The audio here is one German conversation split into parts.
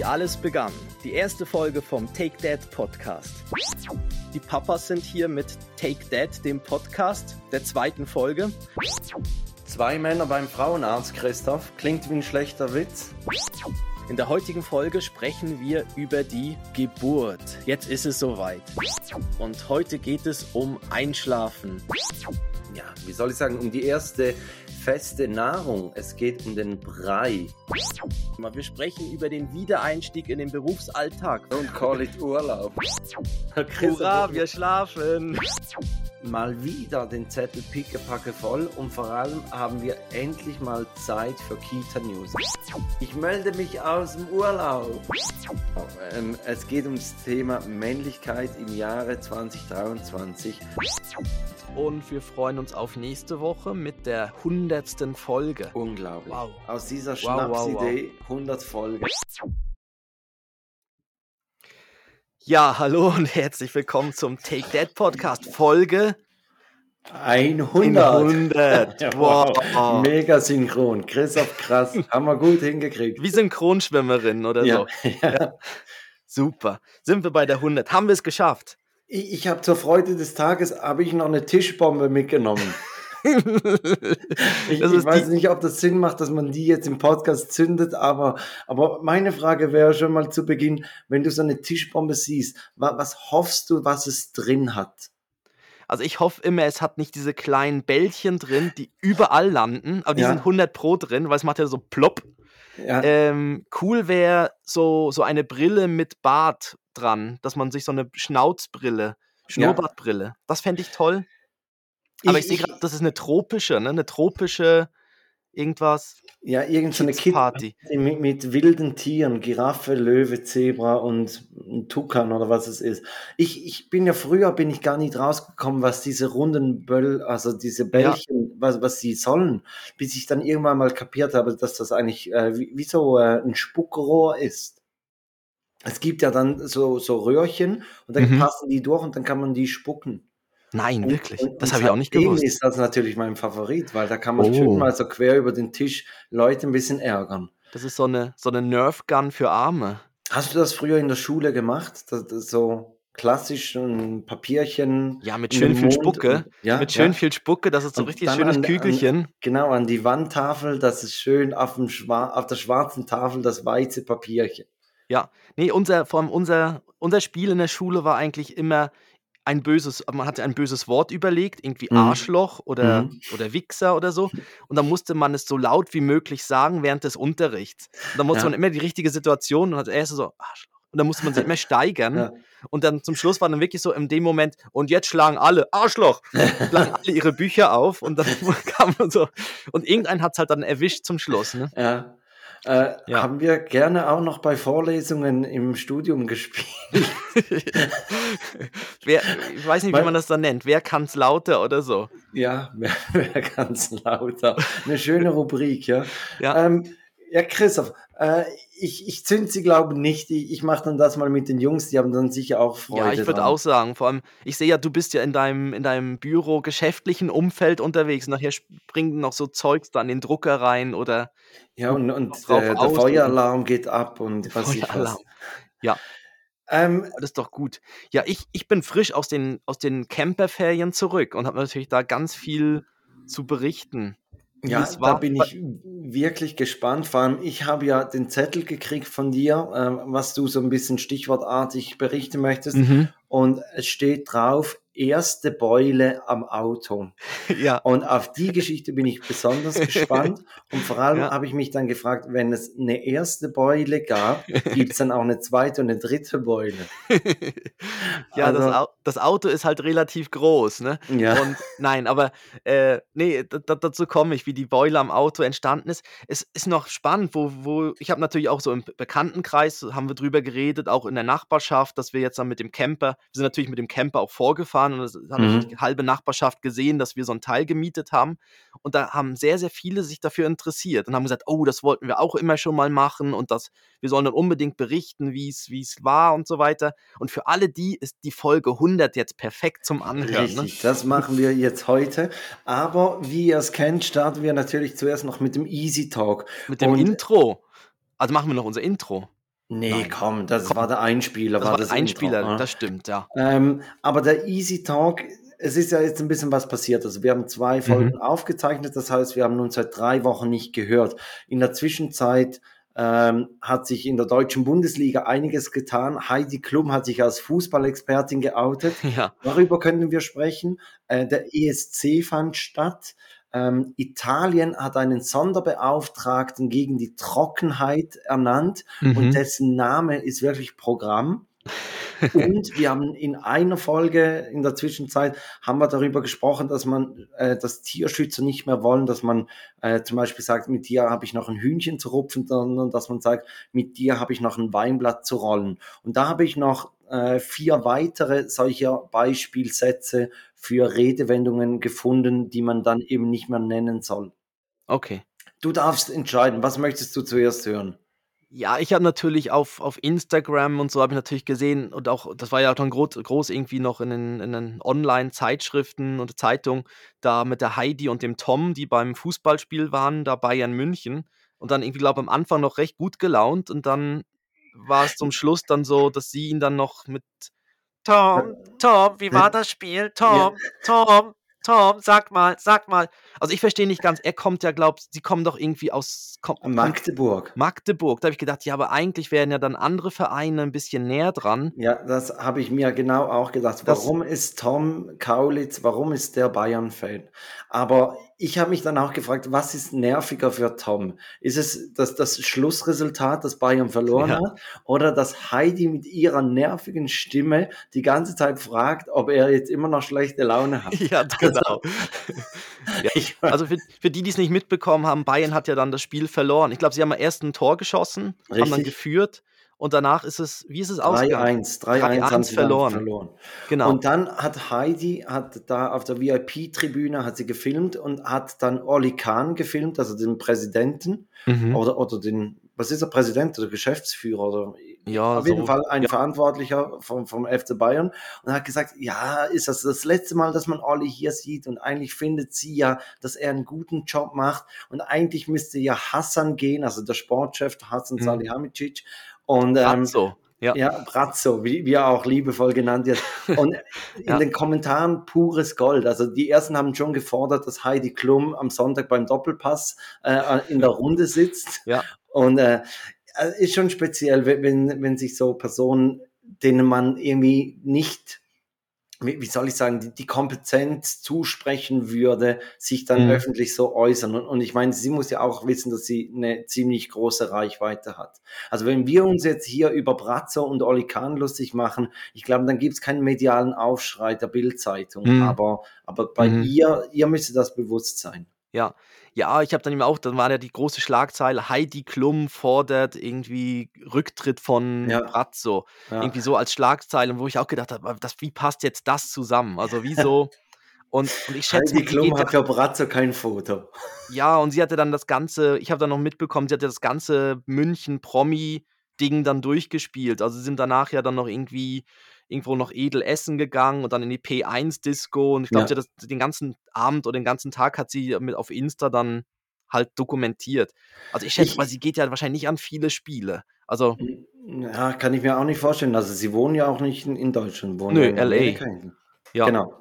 alles begann. Die erste Folge vom Take That Podcast. Die Papas sind hier mit Take That, dem Podcast der zweiten Folge. 2 Männer beim Frauenarzt, Christoph. Klingt wie ein schlechter Witz. In der heutigen Folge sprechen wir über die Geburt. Jetzt ist es soweit. Und heute geht es um Einschlafen. Ja, wie soll ich sagen, um die erste feste Nahrung. Es geht um den Brei. Wir sprechen über den Wiedereinstieg in den Berufsalltag. Don't call it Urlaub. Hurra, wir schlafen. Mal wieder den Zettel pickepacke voll und vor allem haben wir endlich mal Zeit für Kita News. Ich melde mich aus dem Urlaub. Es geht ums Thema Männlichkeit im Jahre 2023. Und wir freuen uns auf nächste Woche mit der 100. Folge. Unglaublich. Wow. Aus dieser Schnapsidee 100 Folgen. Ja, hallo und herzlich willkommen zum Take That Podcast, Folge 100. 100. Wow. Mega synchron. Christoph, krass. Haben wir gut hingekriegt. Wie Synchronschwimmerin oder so. Ja. Super. Sind wir bei der 100. Haben wir es geschafft? Ich habe zur Freude des Tages noch eine Tischbombe mitgenommen. Ich weiß nicht, ob das Sinn macht, dass man die jetzt im Podcast zündet, aber meine Frage wäre schon mal zu Beginn, wenn du so eine Tischbombe siehst, was hoffst du, was es drin hat? Also ich hoffe immer, es hat nicht diese kleinen Bällchen drin, die überall landen, aber die sind 100 Pro drin, weil es macht ja so plopp. Ja. Cool wäre so eine Brille mit Bart dran, dass man sich so eine Schnurrbartbrille, das fände ich toll. Aber ich sehe gerade, das ist eine tropische irgendwas. Ja, irgendeine Kids-Party. Mit wilden Tieren, Giraffe, Löwe, Zebra und Tukan oder was es ist. Früher bin ich gar nicht rausgekommen, was diese runden diese Bällchen, was sie sollen, bis ich dann irgendwann mal kapiert habe, dass das eigentlich wie so ein Spuckrohr ist. Es gibt ja dann so Röhrchen und dann passen die durch und dann kann man die spucken. Nein, wirklich? Das habe ich auch nicht gewusst. Ist das natürlich mein Favorit, weil da kann man schön mal so quer über den Tisch Leute ein bisschen ärgern. Das ist so eine Nerf-Gun für Arme. Hast du das früher in der Schule gemacht? Das so klassisch ein Papierchen. Ja, mit schön viel Spucke. Viel Spucke, das ist so richtig schönes Kügelchen. Genau, an die Wandtafel, das ist schön auf der schwarzen Tafel das weiße Papierchen. Ja, nee, unser Spiel in der Schule war eigentlich immer man hatte ein böses Wort überlegt, irgendwie Arschloch oder Wichser oder so. Und dann musste man es so laut wie möglich sagen während des Unterrichts. Und dann musste man immer die richtige Situation und hat erst so Arschloch. Und dann musste man sich immer steigern. Ja. Und dann zum Schluss war dann wirklich so in dem Moment, und jetzt schlagen alle Arschloch. Schlagen alle ihre Bücher auf und dann kam man so. Und irgendein hat es halt dann erwischt zum Schluss. Ne? Ja. Haben wir gerne auch noch bei Vorlesungen im Studium gespielt. Ich weiß nicht, wie man das dann nennt. Wer kann's lauter oder so? Ja, wer kann's lauter? Eine schöne Rubrik, ja. Ja, Christoph, ich zünd sie, glaube ich, nicht. Ich mache dann das mal mit den Jungs, die haben dann sicher auch Freude. Ja, ich würde auch sagen, vor allem, ich sehe ja, du bist ja in deinem Büro geschäftlichen Umfeld unterwegs. Nachher springen noch so Zeugs da in den Drucker rein oder. Ja, und der Feueralarm geht ab und was ich was. Ja. Das ist doch gut. Ja, ich bin frisch aus den Camperferien zurück und habe natürlich da ganz viel zu berichten. Ja, da bin ich wirklich gespannt. Vor allem, ich habe ja den Zettel gekriegt von dir, was du so ein bisschen stichwortartig berichten möchtest. Und es steht drauf, erste Beule am Auto. Ja. Und auf die Geschichte bin ich besonders gespannt. Und vor allem habe ich mich dann gefragt, wenn es eine erste Beule gab, gibt es dann auch eine zweite und eine dritte Beule? Ja, also, das Auto ist halt relativ groß, ne? Ja. Und nein, aber dazu komme ich, wie die Beule am Auto entstanden ist. Es ist noch spannend, wo ich habe natürlich auch so im Bekanntenkreis, haben wir drüber geredet, auch in der Nachbarschaft, dass wir jetzt dann mit dem Camper, wir sind natürlich mit dem Camper auch vorgefahren und das hat natürlich die halbe Nachbarschaft gesehen, dass wir so ein Teil gemietet haben und da haben sehr, sehr viele sich dafür interessiert und haben gesagt, oh, das wollten wir auch immer schon mal machen und wir sollen dann unbedingt berichten, wie es war und so weiter. Und für alle die ist die Folge 100 jetzt perfekt zum Anhören. Richtig, ne? Das machen wir jetzt heute. Aber wie ihr es kennt, starten wir natürlich zuerst noch mit dem Easy Talk. Mit dem Intro. Also machen wir noch unser Intro. Ne, Nein. komm, das war Komm, der Einspieler, das war war der das Intro, Einspieler, ne? das stimmt, ja. Aber der Easy Talk, es ist ja jetzt ein bisschen was passiert. Also, wir haben 2 Mhm. Folgen aufgezeichnet, das heißt, wir haben uns seit 3 Wochen nicht gehört. In der Zwischenzeit, hat sich in der deutschen Bundesliga einiges getan. Heidi Klum hat sich als Fußballexpertin geoutet. Ja. Darüber könnten wir sprechen. Der ESC fand statt. Italien hat einen Sonderbeauftragten gegen die Trockenheit ernannt und Mhm. dessen Name ist wirklich Programm. Und wir haben in einer Folge in der Zwischenzeit haben wir darüber gesprochen, dass Tierschützer nicht mehr wollen, dass man zum Beispiel sagt, mit dir habe ich noch ein Hühnchen zu rupfen, sondern dass man sagt, mit dir habe ich noch ein Weinblatt zu rollen. Und da habe ich noch 4 weitere solcher Beispielsätze für Redewendungen gefunden, die man dann eben nicht mehr nennen soll. Okay. Du darfst entscheiden, was möchtest du zuerst hören? Ja, ich habe natürlich auf Instagram und so habe ich natürlich gesehen und auch das war ja dann groß irgendwie noch in den Online-Zeitschriften und Zeitungen, da mit der Heidi und dem Tom, die beim Fußballspiel waren, da Bayern München und dann irgendwie, glaube am Anfang noch recht gut gelaunt und dann war es zum Schluss dann so, dass sie ihn dann noch mit: „Tom, Tom, wie war das Spiel? Ja, Tom, Tom, Tom, sag mal, sag mal.“ Also, ich verstehe nicht ganz, er kommt ja sie kommen doch irgendwie aus kommt Magdeburg. Magdeburg. Da habe ich gedacht: „Ja, aber eigentlich wären ja dann andere Vereine 'n bisschen näher dran.“ Ja, das habe ich mir genau auch gedacht. Das Warum ist Tom Kaulitz, warum ist der Bayern-Fan? Aber ich habe mich dann auch gefragt, was ist nerviger für Tom? Ist es das Schlussresultat, dass Bayern verloren ja, hat, oder dass Heidi mit ihrer nervigen Stimme die ganze Zeit fragt, ob er jetzt immer noch schlechte Laune hat? ja, Also, genau. Ja, ich also für die, die's nicht mitbekommen haben, Bayern hat ja dann das Spiel verloren. Ich glaube, sie haben ja erst 'n Tor geschossen, haben dann richtig. geführt und danach ist es wie ist es ausgegangen? 3:1, 3:1 haben 3:1 sie dann verloren. verloren. Genau. Und dann hat Heidi hat da auf der VIP-Tribüne hat sie gefilmt und hat dann Oli Kahn gefilmt, also den Präsidenten Mhm. oder den, was ist er, Präsident oder Geschäftsführer oder Ja, auf jeden so Fall ein ja. Verantwortlicher vom FC Bayern und hat gesagt: „Ja, ist das letzte Mal, dass man Olli hier sieht und eigentlich findet sie ja, dass er einen guten Job macht und eigentlich müsste ja Hassan gehen“, also der Sportchef Hassan Mhm. Salihamidzic und, Brazzo, ja. ja, Brazzo, wie er auch liebevoll genannt wird. Und in Ja, den Kommentaren pures Gold. Also die ersten haben schon gefordert, dass Heidi Klum am Sonntag beim Doppelpass in der Runde sitzt. ja. Und ist schon speziell, wenn sich so Personen, denen man irgendwie nicht, wie soll ich sagen, die Kompetenz zusprechen würde, sich dann Mhm. öffentlich so äußern. Und ich meine, sie muss ja auch wissen, dass sie eine ziemlich große Reichweite hat. Also wenn wir uns jetzt hier über Brazzo und Oli Kahn lustig machen, ich glaube, dann gibt es keinen medialen Aufschrei der Bild-Zeitung. Mhm. Aber bei Mhm. ihr müsste das bewusst sein. Ja. Ja, ich habe dann eben auch dann war ja die große Schlagzeile: „Heidi Klum fordert irgendwie Rücktritt von Ja, Brazzo.“ ja. Irgendwie so als Schlagzeile, wo ich auch gedacht habe: Wie passt jetzt das zusammen?“ Also, wieso und ich schätze Heidi mal, sie Klum geht ja hat für Brazzo kein Foto. ja, und sie hatte dann das ganze ich habe dann noch mitbekommen, sie hat ja das ganze München-Promi-Ding dann durchgespielt. Also, sie sind danach ja dann noch irgendwie irgendwo noch edel essen gegangen und dann in die P1-Disco und ich glaube, sie Ja. hat das den ganzen Abend oder den ganzen Tag hat sie mit auf Insta dann halt dokumentiert. Also, ich schätze mal, Ich sie geht ja wahrscheinlich nicht an viele Spiele. Also, Ja, kann ich mir auch nicht vorstellen. Also, sie wohnen ja auch nicht in Deutschland, wohnen ja nö, in LA. Amerika hinten. Ja. Genau.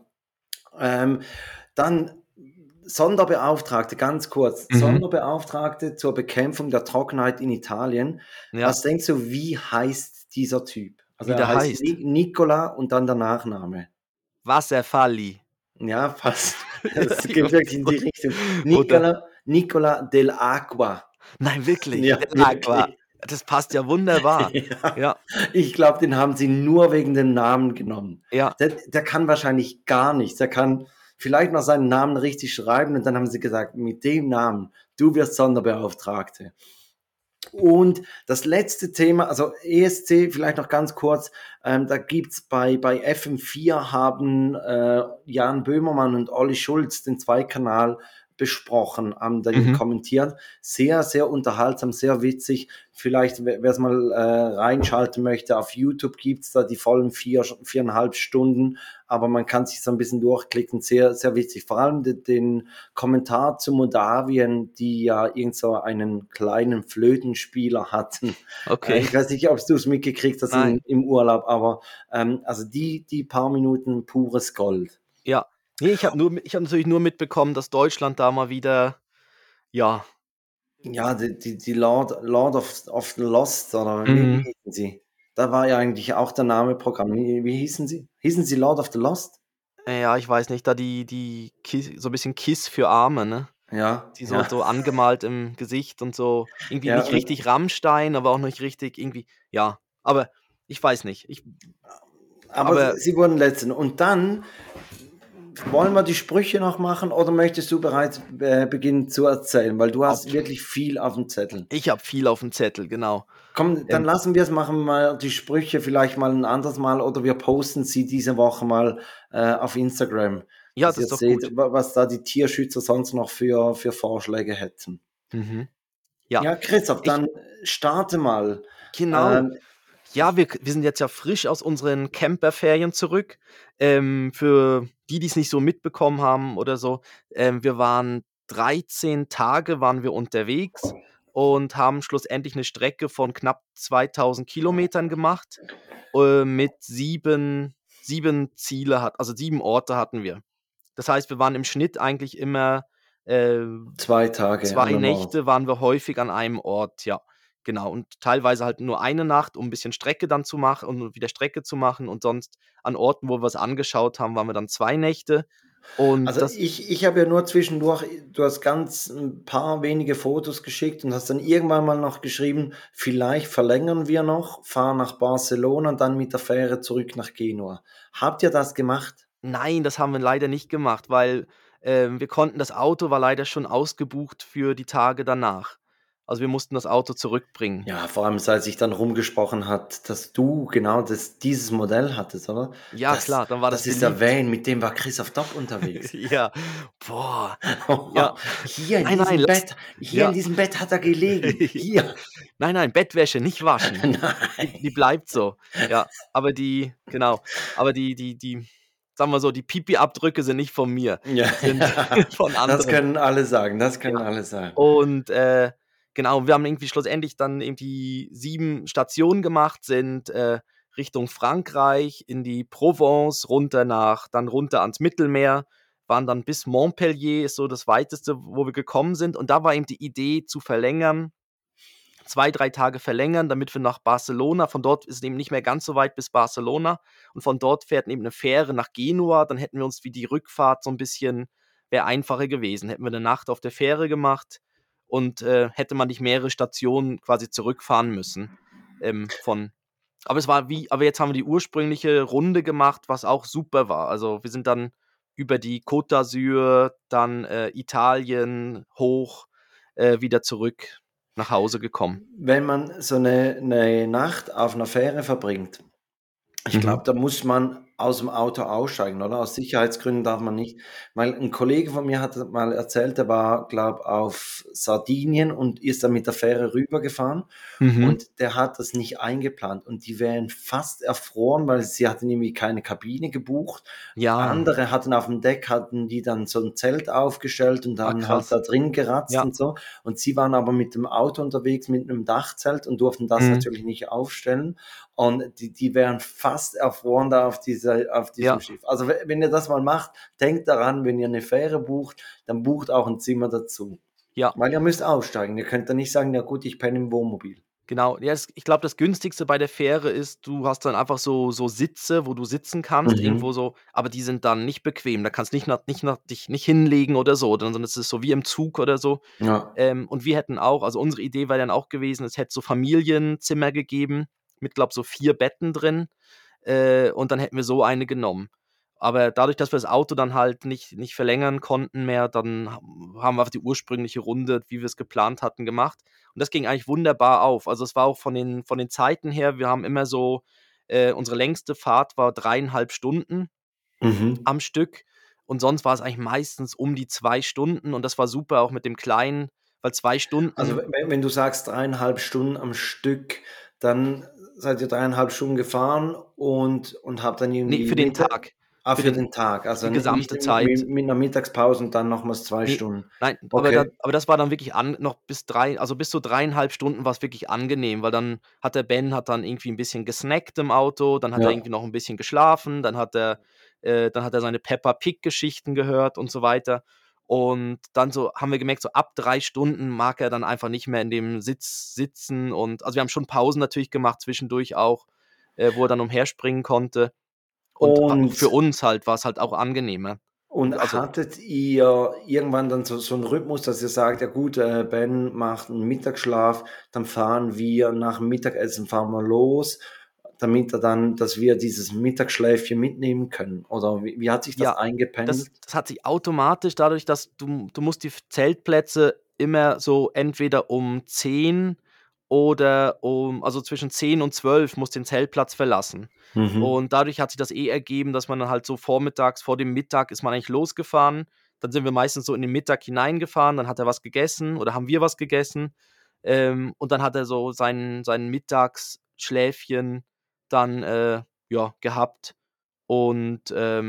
Ähm, Dann Sonderbeauftragte, ganz kurz. Mhm. Sonderbeauftragte zur Bekämpfung der Trockenheit in Italien. Ja. Was denkst du, wie heißt dieser Typ? Also, Wie er der heißt heißt? Nicola und dann der Nachname. Wasserfalli. Ja, fast. Ja, Es geht wirklich in die Richtung. oder Nicola Dell'Acqua. nein, wirklich, Ja, der Aqua. wirklich. Das passt ja wunderbar. Ja, Ja, ich glaube, den haben sie nur wegen dem Namen genommen. ja. Der kann wahrscheinlich gar nichts. Der kann vielleicht noch seinen Namen richtig schreiben und dann haben sie gesagt, mit dem Namen, du wirst Sonderbeauftragte. Und das letzte Thema, also ESC, vielleicht noch ganz kurz, da gibt's bei FM4 haben Jan Böhmermann und Olli Schulz den Zweikanal besprochen, haben dann Mhm. kommentiert. Sehr, sehr unterhaltsam, sehr witzig. Vielleicht, wer es mal reinschalten möchte, auf YouTube gibt's da die vollen 4,5 Stunden, aber man kann sich so ein bisschen durchklicken. Sehr, sehr witzig. Vor allem den Kommentar zu Moldawien, die ja irgend so einen kleinen Flötenspieler hatten. Okay. Ich weiß nicht, ob du es mitgekriegt hast Nein. im Urlaub, aber also die paar Minuten pures Gold. Ja. Ne, ich habe natürlich nur mitbekommen, dass Deutschland da mal wieder, ja, Ja, die Lord of the Lost, oder wie mhm. hießen sie? Da war ja eigentlich auch der Name Programm. Wie hießen sie? Hießen sie Lord of the Lost? Ja, ich weiß nicht, da die Kiss so 'n bisschen Kiss für Arme, ne? Ja, Die ja, so angemalt im Gesicht und so irgendwie ja. nicht richtig Rammstein, aber auch nicht richtig irgendwie, ja, aber ich weiß nicht. Aber Aber sie wurden Letzten. Und dann wollen wir die Sprüche noch machen oder möchtest du bereits beginnen zu erzählen? Weil du ob hast wirklich viel auf dem Zettel. ich habe viel aufm Zettel, genau. Komm, dann Ähm, lassen wir es, machen wir mal die Sprüche vielleicht mal ein anderes Mal oder wir posten sie diese Woche mal auf Instagram, ja, dass das ihr ist doch seht, gut. was da die Tierschützer sonst noch für Vorschläge hätten. Mhm. Ja, Ja, Christoph, ich dann starte mal. genau. Ähm, Ja, wir sind jetzt ja frisch aus unseren Camperferien zurück. Für die, die's nicht so mitbekommen haben oder so, wir waren 13 Tage waren wir unterwegs und haben schlussendlich 'ne Strecke von knapp 2.000 Kilometern gemacht, mit 7 Ziele hat also 7 Orte hatten wir. Das heißt, wir waren im Schnitt eigentlich immer, äh 2 Tage 2 an 'nem Ort. Nächte waren wir häufig an einem Ort, ja, genau. Und teilweise halt nur eine Nacht, um 'n bisschen Strecke dann zu machen und wieder Strecke zu machen und sonst an Orten, wo wir was angeschaut haben, waren wir dann 2 Nächte. Und Also das ich habe ja nur zwischendurch, du hast ganz ein paar wenige Fotos geschickt und hast dann irgendwann mal noch geschrieben, vielleicht verlängern wir noch, fahren nach Barcelona und dann mit der Fähre zurück nach Genua. Habt ihr das gemacht? nein, das haben wir leider nicht gemacht, weil, wir konnten das Auto war leider schon ausgebucht für die Tage danach. Also, wir mussten das Auto zurückbringen. Ja, vor allem, als sich dann rumgesprochen hat, dass du genau dieses Modell hattest, oder? Ja Das klar, dann war das das ist der beliebt. Van, mit dem war Christoph Dopp unterwegs. Ja, boah, ja. Nein, nein, lass Hier in ja. diesem Bett hat er gelegen. Hier. Nein, nein, Bettwäsche nicht waschen. Die Nein. bleibt so. Ja, aber die genau, aber die sagen wir so, die Pipi-Abdrücke sind nicht von mir, Ja, die sind ja, von das anderen. können alle sagen, das Ja. können alle sagen. Und, genau, wir haben irgendwie schlussendlich dann irgendwie 7 Stationen gemacht, sind, Richtung Frankreich, in die Provence, runter ans Mittelmeer, waren dann bis Montpellier, ist so das Weiteste, wo wir gekommen sind. Und da war eben die Idee zu verlängern, 2, 3 Tage verlängern, damit wir nach Barcelona von dort ist es eben nicht mehr ganz so weit bis Barcelona und von dort fährt eben 'ne Fähre nach Genua. Dann hätten wir uns wie die Rückfahrt so 'n bisschen wäre einfacher gewesen. Hätten wir 'ne Nacht auf der Fähre gemacht und, hätte man nicht mehrere Stationen quasi zurückfahren müssen, von aber es war wie aber jetzt haben wir die ursprüngliche Runde gemacht, was auch super war. Also, wir sind dann über die Côte d'Azur, dann, Italien hoch, wieder zurück nach Hause gekommen. Wenn man so 'ne Nacht auf 'ner Fähre verbringt, ich Mhm. glaube, da muss man aus dem Auto aussteigen, oder? Aus Sicherheitsgründen darf man nicht, weil ein Kollege von mir hat mal erzählt, der war, glaube auf Sardinien und ist dann mit der Fähre rübergefahren Mhm. und der hat das nicht eingeplant und die wären fast erfroren, weil sie hatten irgendwie keine Kabine gebucht. Ja. Andere hatten die dann so 'n Zelt aufgestellt und Ah, haben halt krass. da drin geratzt Ja. und so. Und sie waren aber mit dem Auto unterwegs mit 'nem Dachzelt und durften das Mhm. natürlich nicht aufstellen. Und die wären fast erfroren da auf diesem Ja. Schiff. Also, wenn ihr das mal macht, denkt daran, wenn ihr 'ne Fähre bucht, dann bucht auch 'n Zimmer dazu. Ja. Weil ihr müsst aussteigen. Ihr könnt dann nicht sagen: „Ja gut, ich penne im Wohnmobil." Genau. Ja, ich glaube, das Günstigste bei der Fähre ist, du hast dann einfach so Sitze, wo du sitzen kannst, irgendwo Mhm. so, aber die sind dann nicht bequem. Da kannst nicht nach dich nicht hinlegen oder so, sondern es ist so wie im Zug oder so. Ja. Und wir hätten auch also, unsere Idee wäre dann auch gewesen, es hätte so Familienzimmer gegeben mit, glaube so 4 Betten drin, und dann hätten wir so eine genommen. Aber dadurch, dass wir das Auto dann halt nicht verlängern konnten mehr, dann haben wir einfach die ursprüngliche Runde, wie wir's geplant hatten, gemacht. Und das ging eigentlich wunderbar auf. Also, es war auch von den Zeiten her wir haben immer so unsere längste Fahrt war 3,5 Stunden Mhm. am Stück und sonst war es eigentlich meistens um die 2 Stunden und das war super auch mit dem Kleinen, weil 2 Also Stunden wenn du sagst 3,5 Stunden am Stück, dann seid ihr 3,5 Stunden gefahren und habt dann ne, irgendwie für den Mittag, Tag, ah, für für den den Tag, für also die nicht gesamte Zeit. mit 'ner Mittagspause und dann nochmals 2 Ne, Stunden. nein, Okay, aber das war dann wirklich noch bis 3, also bis zu 3,5 Stunden war's wirklich angenehm, weil dann hat der Ben hat dann irgendwie 'n bisschen gesnackt im Auto, dann hat er ja. irgendwie noch 'n bisschen geschlafen, dann hat er seine Peppa Pig Geschichten gehört und so weiter. Und dann so haben wir gemerkt, so ab 3 Stunden mag er dann einfach nicht mehr in dem Sitz sitzen und also, wir haben schon Pausen natürlich gemacht zwischendurch auch, wo er dann umherspringen konnte und wa für Und uns halt war's halt auch angenehmer. Und Also, hattet ihr irgendwann dann so 'n Rhythmus, dass ihr sagt: „Ja gut, Ben macht 'n Mittagsschlaf, dann fahren wir nach dem Mittagessen fahren wir los, damit er dann dass wir dieses Mittagsschläfchen mitnehmen können?“ Oder wie hat sich das ja, eingependelt? das hat sich automatisch dadurch, dass du musst die Zeltplätze immer so entweder um 10 oder also zwischen 10 und 12 musst den Zeltplatz verlassen. Mhm. Und dadurch hat sich das ergeben, dass man dann halt so vormittags vor dem Mittag ist man eigentlich losgefahren. Dann sind wir meistens so in den Mittag hineingefahren, dann hat er was gegessen oder haben wir was gegessen, und dann hat er so sein Mittagsschläfchen dann, ja, gehabt und,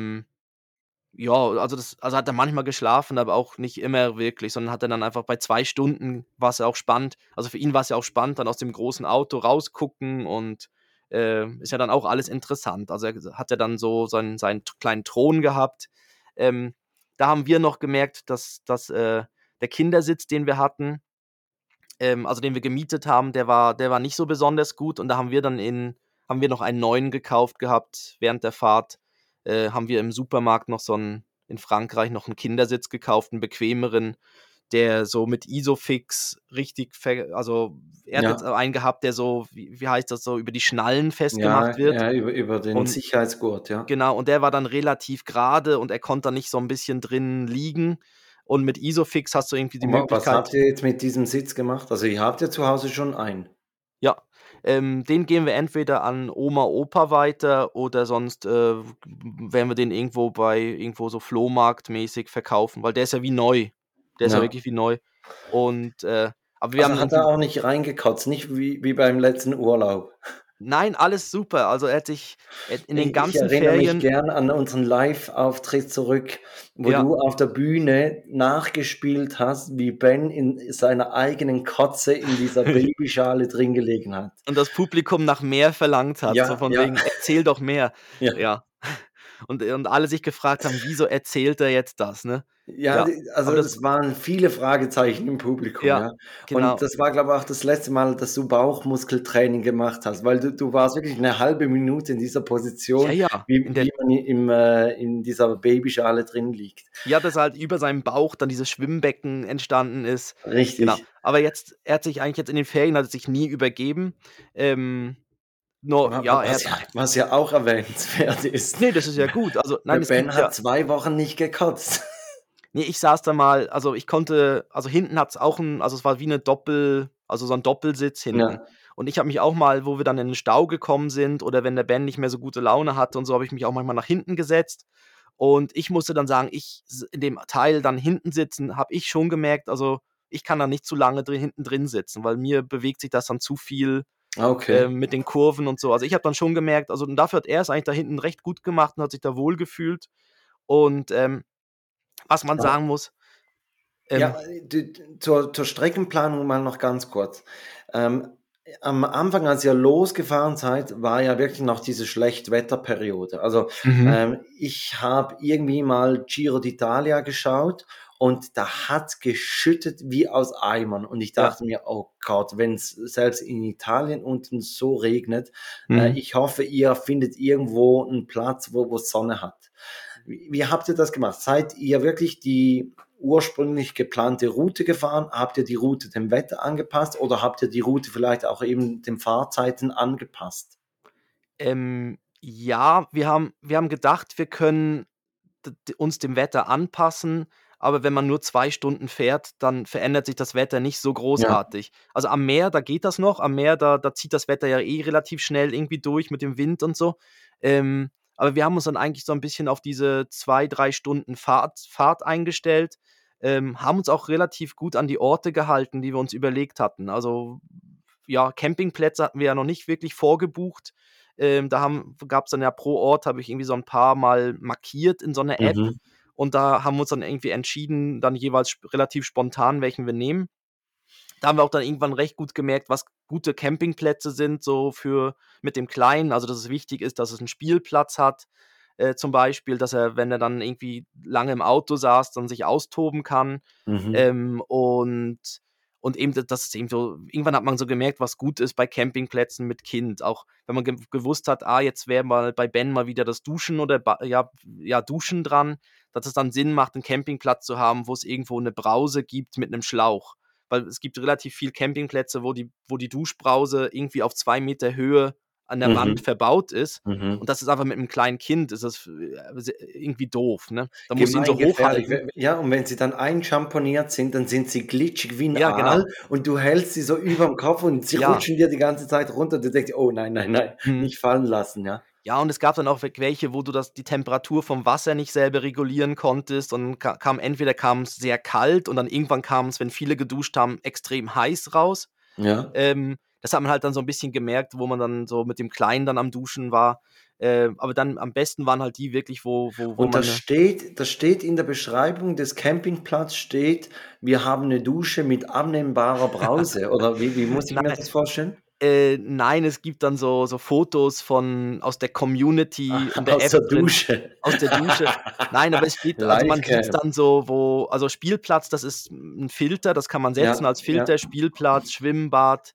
ja, also hat er manchmal geschlafen, aber auch nicht immer wirklich, sondern hat er dann einfach bei 2 Stunden war's ja auch spannend. Also, für ihn war's ja auch spannend, dann aus dem großen Auto rausgucken und, ist ja dann auch alles interessant. Also, er hat ja dann so seinen kleinen Thron gehabt. Da haben wir noch gemerkt, dass der Kindersitz, den wir hatten, also den wir gemietet haben, der war nicht so besonders gut und da haben wir noch einen neuen gekauft gehabt während der Fahrt. Haben wir im Supermarkt noch so 'n in Frankreich noch 'n Kindersitz gekauft, 'n bequemeren, der so mit Isofix richtig also er hat jetzt Ja, einen gehabt, der so, wie heißt das, so über die Schnallen ja, festgemacht wird ja, über den und Sicherheitsgurt, ja. genau, und der war dann relativ gerade und er konnte da nicht so 'n bisschen drin liegen und mit Isofix hast du irgendwie die Und was habt Möglichkeit. ihr jetzt mit diesem Sitz gemacht? Also, ihr habt ja zu Hause schon einen? Ja, den geben wir entweder an Oma, Opa weiter oder sonst, werden wir den irgendwo so flohmarktmäßig verkaufen, weil der ist ja wie neu. Der ist ja Ja. wirklich wie neu. Und, aber wir Also, haben hat er irgendwie auch nicht reingekotzt, nicht wie beim letzten Urlaub? nein, alles super. Also, er hat in den Ich ganzen erinnere mich Ferien gern an unseren Live-Auftritt zurück, wo ja, du auf der Bühne nachgespielt hast, wie Ben in seiner eigenen Kotze in dieser Babyschale drin gelegen hat. und das Publikum nach mehr verlangt hat, so Ja, von ja, wegen: „Erzähl doch mehr." ja. Ja. Und alle sich gefragt haben: „Wieso erzählt er jetzt das", ne? Ja, Ja, also aber das es waren viele Fragezeichen im Publikum, ja, ja. Und genau. das war, glaube ich, auch das letzte Mal, dass du Bauchmuskeltraining gemacht hast, weil du warst wirklich 1/2 Minute in dieser Ja, Position, ja, wie in der wie man in dieser Babyschale drin liegt. Ja, dass halt über seinem Bauch dann dieses Schwimmbecken entstanden ist. Genau. Richtig. Aber er hat sich eigentlich jetzt in den Ferien hat er sich nie übergeben. Nur Wa wa ja, er was ja auch erwähnenswert ist. ne, das ist ja gut. Also, Der nein, es Ben gibt hat ja 2 Wochen nicht gekotzt. ne, ich saß da mal also, ich konnte also, hinten hat's auch 'n also, es war wie 'ne also, so 'n Doppelsitz hinten. Ja, Und ich habe mich auch mal, wo wir dann in den Stau gekommen sind oder wenn der Ben nicht mehr so gute Laune hatte und so, habe ich mich auch manchmal nach hinten gesetzt. Und ich musste dann sagen, ich in dem Teil dann hinten sitzen, habe ich schon gemerkt, also, ich kann da nicht zu lange hinten drin sitzen, weil mir bewegt sich das dann zu viel, okay. mit den Kurven und so. Also, ich habe dann schon gemerkt und dafür hat er's eigentlich da hinten recht gut gemacht und hat sich da wohlgefühlt. Und, was man Ah, sagen muss, ja, ähm d zur Streckenplanung mal noch ganz kurz. Ähm, am Anfang, als ihr losgefahren seid, war ja wirklich noch diese Schlechtwetterperiode. Also, Mhm. ich habe irgendwie mal Giro d'Italia geschaut und da hat's geschüttet wie aus Eimern und ich Ja. dachte mir: „Oh Gott, wenn's selbst in Italien unten so regnet, Mhm. ich hoffe, ihr findet irgendwo 'n Platz, wo Sonne hat.“ Wie habt ihr das gemacht? Seid ihr wirklich die ursprünglich geplante Route gefahren? Habt ihr die Route dem Wetter angepasst oder habt ihr die Route vielleicht auch eben den Fahrzeiten angepasst? Ja, wir haben gedacht, wir können uns dem Wetter anpassen, aber wenn man nur 2 Stunden fährt, dann verändert sich das Wetter nicht so Ja, großartig. Also, am Meer, da geht das noch. Am Meer, da zieht das Wetter ja eh relativ schnell irgendwie durch mit dem Wind und so. Aber wir haben uns dann eigentlich so ein bisschen auf diese 2, 3 Stunden Fahrt eingestellt, haben uns auch relativ gut an die Orte gehalten, die wir uns überlegt hatten. Also, ja, Campingplätze hatten wir ja noch nicht wirklich vorgebucht. Da gab es dann ja pro Ort, habe ich irgendwie so ein paar Mal markiert in so 'ner App, Mhm. und da haben wir uns dann irgendwie entschieden, dann jeweils relativ spontan, welchen wir nehmen. Da haben wir auch dann irgendwann recht gut gemerkt, was gute Campingplätze sind, so für mit dem Kleinen. Also, dass es wichtig ist, dass es 'n Spielplatz hat, zum Beispiel, dass er, wenn er dann irgendwie lange im Auto saß, dann sich austoben kann. Mhm. Ähm, und und eben, dass es eben so irgendwann hat man so gemerkt, was gut ist bei Campingplätzen mit Kind. Auch wenn man gewusst hat, jetzt wäre mal bei Ben mal wieder das Duschen oder Duschen dran, dass es dann Sinn macht, 'n Campingplatz zu haben, wo es irgendwo 'ne Brause gibt mit 'nem Schlauch. Weil es gibt relativ viel Campingplätze, wo die Duschbrause irgendwie auf 2 Meter Höhe an der Wand Mhm. verbaut ist. Und Mhm. das ist einfach mit 'nem kleinen Kind ist das irgendwie doof, ne? Da musst du ihn so Gemeingefährlich. hochhalten. Ja, und wenn sie dann einschamponiert sind, dann sind sie glitschig wie 'n Ja, Aal genau. und du hältst sie so überm Kopf und sie Ja. rutschen dir die ganze Zeit runter. Du denkst dir: „Oh nein, nein, nein, Mhm. nicht fallen lassen", ja? Ja, und es gab dann auch welche, wo du die Temperatur vom Wasser nicht selber regulieren konntest, und entweder kam's sehr kalt, und dann irgendwann kam's, wenn viele geduscht haben, extrem heiß raus. Ja. Das hat man halt dann so 'n bisschen gemerkt, wo man dann so mit dem Kleinen dann am Duschen war. Aber dann am besten waren halt die wirklich, wo Und man 'ne das steht in der Beschreibung des Campingplatz steht: „Wir haben 'ne Dusche mit abnehmbarer Brause", oder wie muss ich mir Nei das vorstellen? Nein, es gibt dann so Fotos aus der Community in der Aus App der drin, Dusche. aus der Dusche. Nein, aber es steht, also, man sieht's Livecam. dann so, also, Spielplatz, das ist 'n Filter, das kann man setzen Ja, als ja. Filter, Spielplatz, Schwimmbad,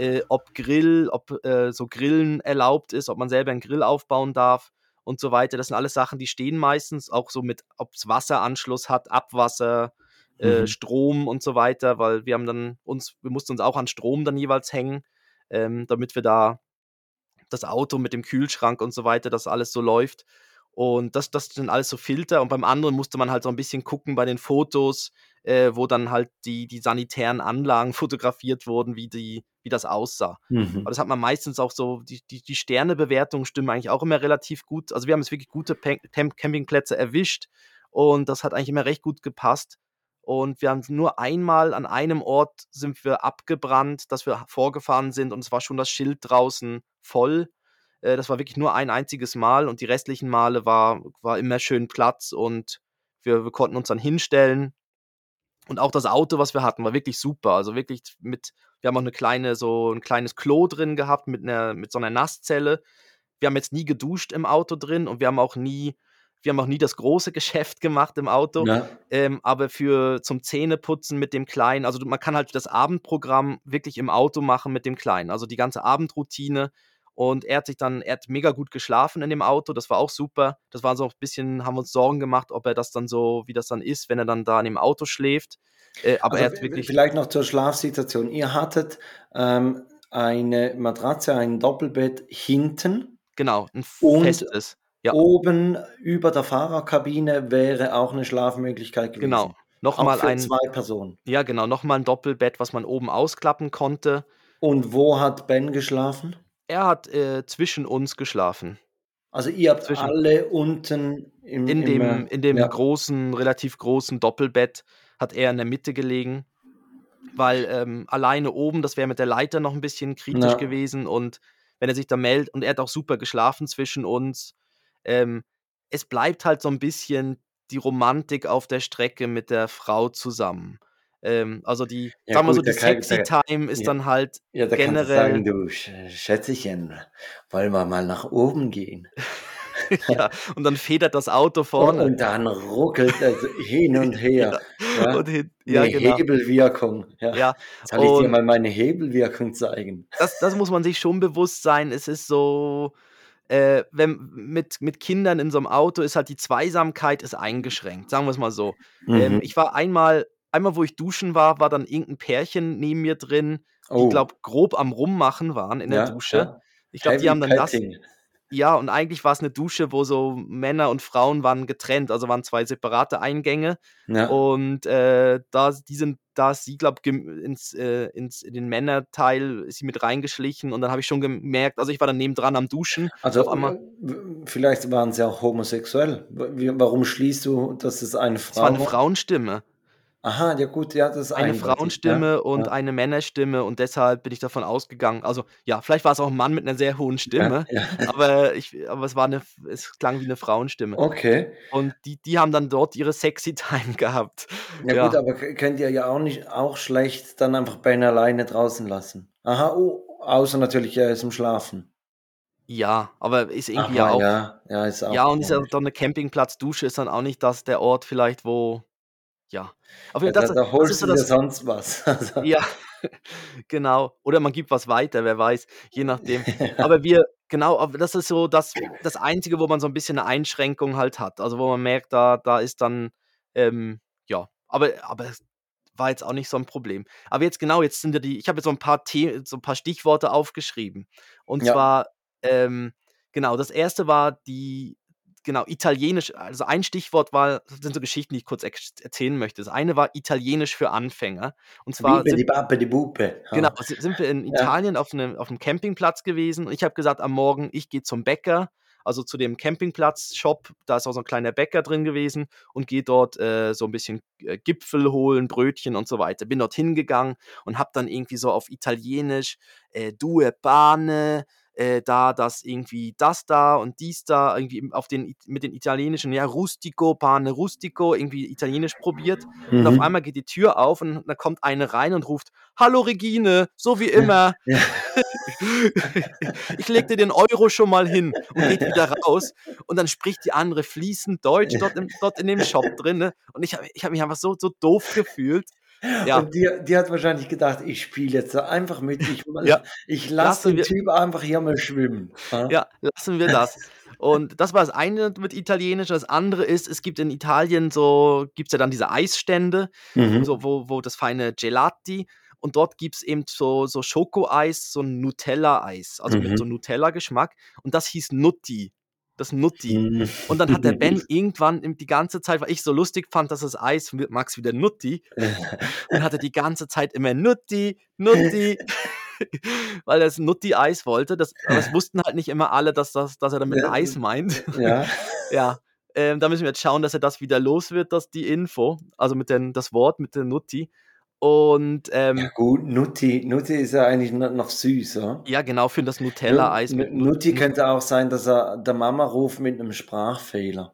ob so Grillen erlaubt ist, ob man selber 'n Grill aufbauen darf und so weiter. Das sind alles Sachen, die stehen meistens auch so mit, ob's Wasseranschluss hat, Abwasser, Mhm. Strom und so weiter, weil wir mussten uns auch an Strom dann jeweils hängen, damit wir da das Auto mit dem Kühlschrank und so weiter, das alles so läuft. Und das sind alles so Filter, und beim anderen musste man halt so ein bisschen gucken bei den Fotos, wo dann halt die sanitären Anlagen fotografiert wurden, wie das aussah. Aber Mhm. das hat man meistens auch so, die Sternebewertungen stimmen eigentlich auch immer relativ gut. Also, wir haben jetzt wirklich gute Campingplätze erwischt, und das hat eigentlich immer recht gut gepasst. Und wir haben nur einmal an einem Ort sind wir abgebrannt, dass wir vorgefahren sind, und es war schon das Schild draußen voll. Das war wirklich nur ein einziges Mal, und die restlichen Male war immer schön Platz, und wir konnten uns dann hinstellen. Und auch das Auto, was wir hatten, war wirklich super. Also, wirklich wir haben auch 'n kleines Klo drin gehabt mit so 'ner Nasszelle. Wir haben jetzt nie geduscht im Auto drin, und wir haben auch nie das große Geschäft gemacht im Auto, Ja. aber zum Zähneputzen mit dem Kleinen, also, man kann halt das Abendprogramm wirklich im Auto machen mit dem Kleinen, also, die ganze Abendroutine. Und er hat mega gut geschlafen in dem Auto, das war auch super. Das war so 'n bisschen, haben wir uns Sorgen gemacht, ob er das dann so, wie das dann ist, wenn er dann da in dem Auto schläft. Aber er Also, hat wirklich, vielleicht noch zur Schlafsituation. Ihr hattet, eine Matratze, ein Doppelbett hinten genau, 'n und festes. Ja, oben über der Fahrerkabine wäre auch 'ne Schlafmöglichkeit genau. gewesen. Noch Auch mal für ein 2 Personen. Ja, genau, noch mal 'n Doppelbett, was man oben ausklappen konnte. Und wo hat Ben geschlafen? Er hat, zwischen uns geschlafen. Also, ihr habt Zwischen alle unten in dem ja, großen, relativ großen Doppelbett hat er in der Mitte gelegen, weil, alleine oben, das wäre mit der Leiter noch 'n bisschen kritisch ja. gewesen, und wenn er sich da meldet, und er hat auch super geschlafen zwischen uns. Ähm, Es bleibt halt so 'n bisschen die Romantik auf der Strecke mit der Frau zusammen. Also, Ja sagen wir mal so, gut, die Sexy Time ist ja, dann halt ja, da kannst du generell. sagen: „Du Schätzchen, wollen wir mal nach oben gehen?" Ja, und dann federt das Auto U vorne. und dann ruckelt es hin und her, Ja, ja? und hin 'Ne ja, genau. Hebelwirkung, ja. Ja, Soll ich dir und mal meine Hebelwirkung zeigen? das muss man sich schon bewusst sein. Es ist so, wenn mit Kindern in so 'nem Auto ist halt die Zweisamkeit ist eingeschränkt, sagen wir's mal so. Mhm. Ich war einmal, wo ich duschen war dann irgend 'n Pärchen neben mir drin, die, Oh, glaube, grob am Rummachen waren in der ja, Dusche. ja. Ich glaube, die Heavy haben dann das Petting. Ja, und eigentlich war's 'ne Dusche, wo so Männer und Frauen waren getrennt, also waren 2 separate Eingänge Ja. und, da ist sie, glaube in den Männerteil ist sie mit reingeschlichen und dann habe ich schon gemerkt, also, ich war dann nebendran am Duschen, Also, auf einmal vielleicht waren sie auch homosexuell. Warum schließt du, dass es eine es war Frau 'ne war? Frauenstimme. Aha, ja gut, ja, das ist Eine eindeutig, ja, Frauenstimme und ja, eine Männerstimme und deshalb bin ich davon ausgegangen, also, ja, vielleicht war's auch 'n Mann mit 'ner sehr hohen ja, Stimme, ja. aber es klang wie 'ne Frauenstimme. Okay. Und die haben dann dort ihre Sexy Time gehabt. Ja gut, Ja. aber könnt ihr ja auch nicht auch schlecht dann einfach Ben alleine draußen lassen. Aha, oh, außer natürlich, er ist im Schlafen. Ja, aber ist irgendwie ja Aber auch ja, ja, ist ja, auch und ist ja komisch. dann 'ne Campingplatzdusche ist dann auch nicht das der Ort vielleicht, wo ja. Auf Ja, jeden Fall da das ist holst so du dir das sonst was. Also, ja, genau. Oder man gibt was weiter, wer weiß, je nachdem. ja, Aber aber das ist so das Einzige, wo man so 'n bisschen 'ne Einschränkung halt hat. Also, wo man merkt, da ist dann, ja, aber es war jetzt auch nicht so 'n Problem. Aber jetzt sind ja ich habe jetzt so 'n paar Stichworte aufgeschrieben. Und ja, zwar, ähm, genau, das erste war Italienisch. Also, ein Stichwort sind so Geschichten, die ich kurz erzählen möchte. Das eine war Italienisch für Anfänger. Und zwar Bibe die Bappe die Bupe, ha. Genau, sind wir in Ja, Italien auf 'nem Campingplatz gewesen und ich habe gesagt am Morgen, ich gehe zum Bäcker, also zu dem Campingplatz-Shop, da ist auch so 'n kleiner Bäcker drin gewesen und gehe dort, so 'n bisschen, Gipfel holen, Brötchen und so weiter. Bin dort hingegangen und habe dann irgendwie so auf Italienisch, „Due pane", da das irgendwie das da und dies da irgendwie mit den italienischen, ja, rustico, pane rustico, irgendwie Italienisch probiert und auf mhm. einmal geht die Tür auf und da kommt eine rein und ruft: „Hallo Regine, so wie Ja, immer. ja. Ich lege dir den Euro schon mal hin" und geht wieder raus und dann spricht die andere fließend Deutsch dort in dem Shop drin, ne? Und ich habe mich einfach so doof gefühlt. Ja, Und die hat wahrscheinlich gedacht: „Ich spiele jetzt da einfach mit. ja, Ich lasse lassen den wir Typ einfach hier mal schwimmen." Ja? ja, lassen wir das. Und das war das eine mit Italienisch. Das andere ist, es gibt in Italien gibt's ja dann diese Eisstände, Mhm. wo das feine Gelati und dort gibt's eben so Schokoeis, so 'n Nutella-Eis, also mit so Mhm. Nutella-Geschmack und das hieß Nutti, das Nutti. Mhm. Und dann hat der Ben irgendwann die ganze Zeit, weil ich so lustig fand, dass das Eis mag's wieder Nutti und hatte die ganze Zeit immer Nutti, Nutti, weil er's Nutti-Eis wollte. Aber es wussten halt nicht immer alle, dass er damit 'n Eis meint. Ja. Ja, da müssen wir jetzt schauen, dass er das wieder los wird, die Info, also das Wort mit der Nutti. Und, Ja gut, Nutti ist ja eigentlich noch süß, ja? ja genau, für das Nun Nutella-Eis mit Nutti könnte auch sein, dass er der Mama ruft mit 'nem Sprachfehler,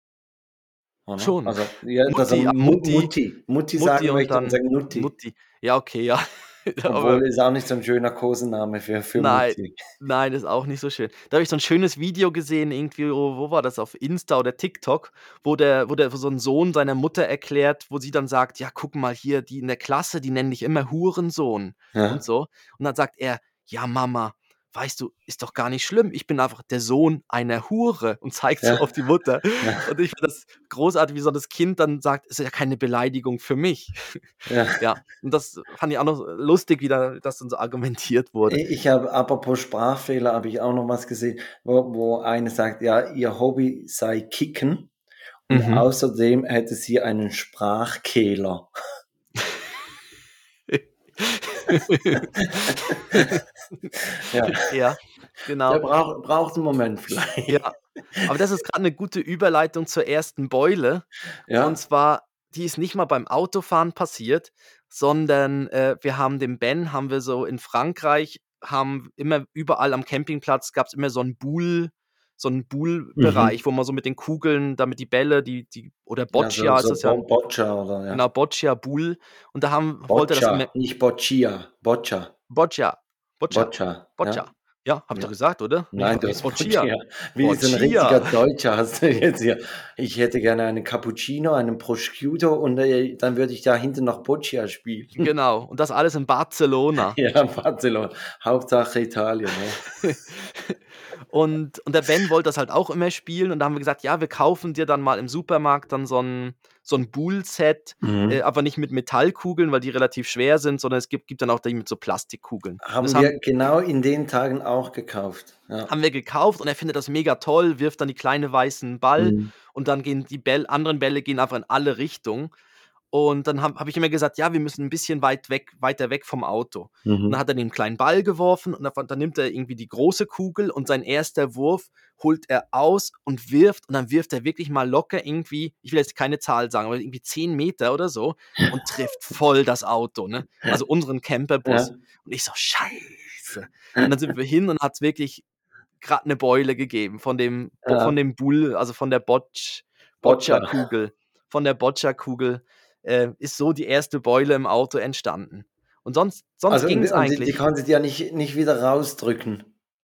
oder? schon. Also, ja, dass er Mutti, Mutti Mutti sagen und möchte und dann sagt Nutti. Nutti. Ja, okay, ja. Aber Obwohl, ist auch nicht so 'n schöner Kosename für nein, Mutti. nein, ist auch nicht so schön. Da habe ich so 'n schönes Video gesehen, irgendwie, wo war das? Auf Insta oder TikTok, wo so 'n Sohn seiner Mutter erklärt, wo sie dann sagt: „Ja, guck mal hier, die in der Klasse, die nennen dich immer Hurensohn" und Ja, so. Und dann sagt er: „Ja, Mama, weißt du, ist doch gar nicht schlimm. Ich bin einfach der Sohn einer Hure" und zeigt so ja, auf die Mutter. ja, Und ich finde das großartig, wie so das Kind dann sagt: „Ist ja keine Beleidigung für mich." ja. Ja, und das fand ich auch noch lustig, wie da das dann so argumentiert wurde. Ich habe apropos Sprachfehler habe ich auch noch was gesehen, wo eine sagt, ja, ihr Hobby sei Kicken und Mhm. außerdem hätte sie einen Sprachkehler. Ja, Ja, der genau. braucht 'n Moment vielleicht. Ja. Aber das ist grad 'ne gute Überleitung zur ersten Beule. Und Ja, zwar, die ist nicht mal beim Autofahren passiert, sondern, haben wir so in Frankreich haben immer überall am Campingplatz gab's immer so 'n mhm. Boule-Bereich, wo man so mit den Kugeln damit die Bälle, die oder Ja, so Boccia ist so es ja, Boccia oder ja. genau, Boccia, Boule. Und wollte er das immer Boccia, nicht Boccia, Boccia, Boccia, Boccia, Boccia, Boccia. ja, Ja, habe ich doch ja. gesagt, oder? Ich Nein, habe du ge hast Boccia, Boccia. Wie so 'n richtiger Boccia. Deutscher hast du jetzt hier: „Ich hätte gerne einen Cappuccino, einen Prosciutto und, dann würde ich da hinten noch Boccia spielen." Genau, und das alles in Barcelona. Ja, Barcelona. Hauptsache Italien, ja. Und der Ben wollte das halt auch immer spielen und da haben wir gesagt: „Ja, wir kaufen dir dann mal im Supermarkt dann so 'n Boule-Set, Mhm. aber nicht mit Metallkugeln, weil die relativ schwer sind, sondern es gibt dann auch die mit so Plastikkugeln. Und das Haben wir genau in den Tagen auch gekauft. Ja. haben wir gekauft und er findet das mega toll, wirft dann die kleine weißen Ball Mhm. und dann gehen die anderen Bälle gehen einfach in alle Richtungen. Und dann habe ich immer gesagt: „Ja, wir müssen 'n bisschen weiter weg vom Auto.“ Und dann Mhm. hat er den kleinen Ball geworfen und dann nimmt er irgendwie die große Kugel und sein erster Wurf holt er aus und wirft und dann wirft er wirklich mal locker irgendwie, ich will jetzt keine Zahl sagen, aber irgendwie 10 Meter oder so und trifft voll das Auto, ne? Also unseren Camperbus. Ja, Und ich so: „Scheiße.“ Und dann sind wir hin und hat's wirklich grad 'ne Beule gegeben von ja. dem Bull, also von der Boccia. Boccia-Kugel. Von der Boccia-Kugel, ist so die erste Beule im Auto entstanden. Und sonst Also, ging's und die eigentlich. konntet ihr nicht wieder rausdrücken?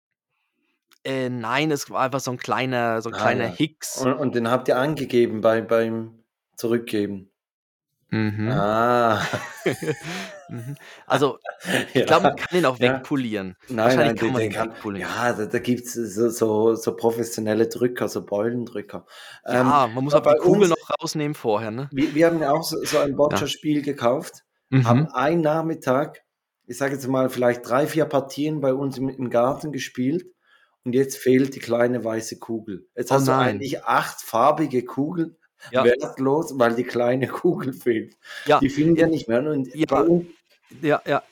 Nein, es war einfach so 'n Ah kleiner ja. Hicks. Und den habt ihr angegeben beim Zurückgeben? Mhm. Ah. Mhm. Also, ich glaube, man Ja, kann den auch ja. wegpolieren. Nein, Wahrscheinlich nein, kann man den den kann wegpolieren. ja, da gibt's so professionelle Drücker, so Beulendrücker. Ja, man muss Bei einfach die bei Kugel uns noch rausnehmen vorher, ne? wir haben ja auch so ein Ja. Boccia-Spiel gekauft, haben Mhm. einen Nachmittag, ich sage jetzt mal, vielleicht 3 4 Partien bei uns im Garten gespielt und jetzt fehlt die kleine weiße Kugel. Jetzt Oh hast du nein. eigentlich 8 farbige Kugeln Ja, wertlos, weil die kleine Kugel fehlt. ja, Die finden wir in nicht mehr und bei ja, uns ja, ja.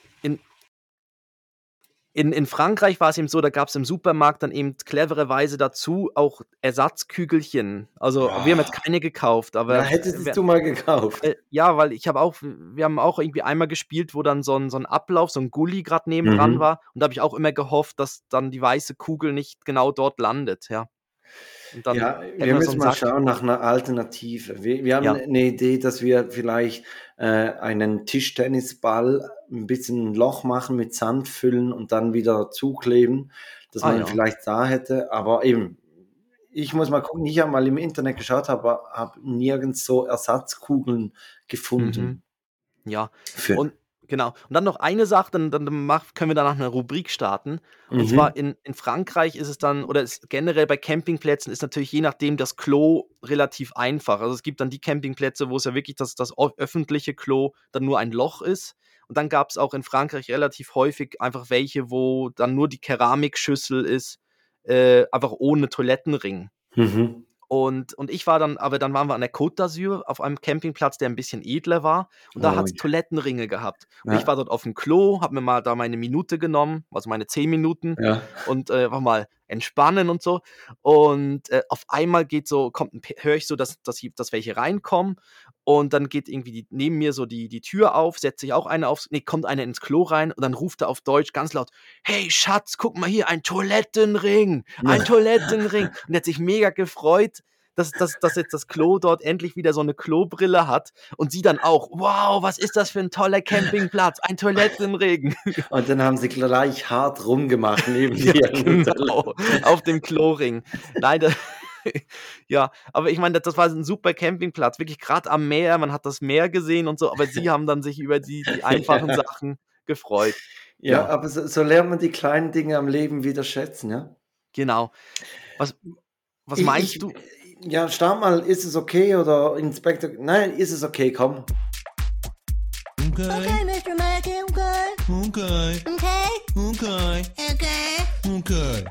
In Frankreich war es eben so, da gab's im Supermarkt dann eben clevererweise dazu auch Ersatzkügelchen. Also, wir haben jetzt boah, keine gekauft, ja, aber, hättest du mal gekauft. ja, weil wir haben auch irgendwie einmal gespielt, wo dann so 'n Ablauf, so 'n Gully grad nebendran Mhm. war und da habe ich auch immer gehofft, dass dann die weiße Kugel nicht genau dort landet, ja. Und dann Ja, hätten wir wir so müssen 'n mal Sack. schauen nach 'ner Alternative. Wir haben Ja. 'ne Idee, dass wir vielleicht, einen Tischtennisball 'n bisschen 'n Loch machen, mit Sand füllen und dann wieder zukleben, dass Ah man ja. vielleicht da hätte, aber eben, ich muss mal gucken. Ich habe mal im Internet geschaut, aber habe nirgends so Ersatzkugeln Mhm. gefunden Ja, für und genau. Und dann noch eine Sache, dann können wir danach 'ne Rubrik starten. Und mhm, zwar in Frankreich ist es dann oder ist generell bei Campingplätzen ist natürlich je nachdem das Klo relativ einfach. Also, es gibt dann die Campingplätze, wo es ja wirklich das öffentliche Klo dann nur ein Loch ist. Und dann gab's auch in Frankreich relativ häufig einfach welche, wo dann nur die Keramikschüssel ist, einfach ohne Toilettenring. mhm. Und ich war dann aber dann waren wir an der Côte d'Azur auf einem Campingplatz, der 'n bisschen edler war und da Oh hat's ja. Toilettenringe gehabt. Und ich Ja, war dort aufm Klo, habe mir mal da meine Minute genommen, also meine 10 Minuten ja. und, einfach mal entspannen und so. Und, auf einmal höre ich so, dass welche reinkommen und dann geht irgendwie neben mir so die Tür auf, setzt sich auch einer kommt einer ins Klo rein und dann ruft er auf Deutsch ganz laut: „Hey Schatz, guck mal hier, ein Toilettenring, ein Toilettenring.“ Und er hat sich mega gefreut, dass jetzt das Klo dort endlich wieder so 'ne Klobrille hat und sie dann auch: „Wow, was ist das für 'n toller Campingplatz, ein Toilettenring.“ Und dann haben sie gleich hart rumgemacht neben Ja, dir an der genau, Toilette. auf dem Kloring. Nein, ja, aber ich meine, das war 'n super Campingplatz, wirklich grad am Meer, man hat das Meer gesehen und so, aber sie haben dann sich über die einfachen Ja. Sachen gefreut. Ja, Ja, aber so lernt man die kleinen Dinge am Leben wieder schätzen, ja? genau. Was was Ich meinst ich du? ja, start mal, ist es okay oder Inspektor nein, ist es okay, komm. Okay. Okay, Mr. Mackey, okay. Okay. Okay. Okay. Okay. Okay.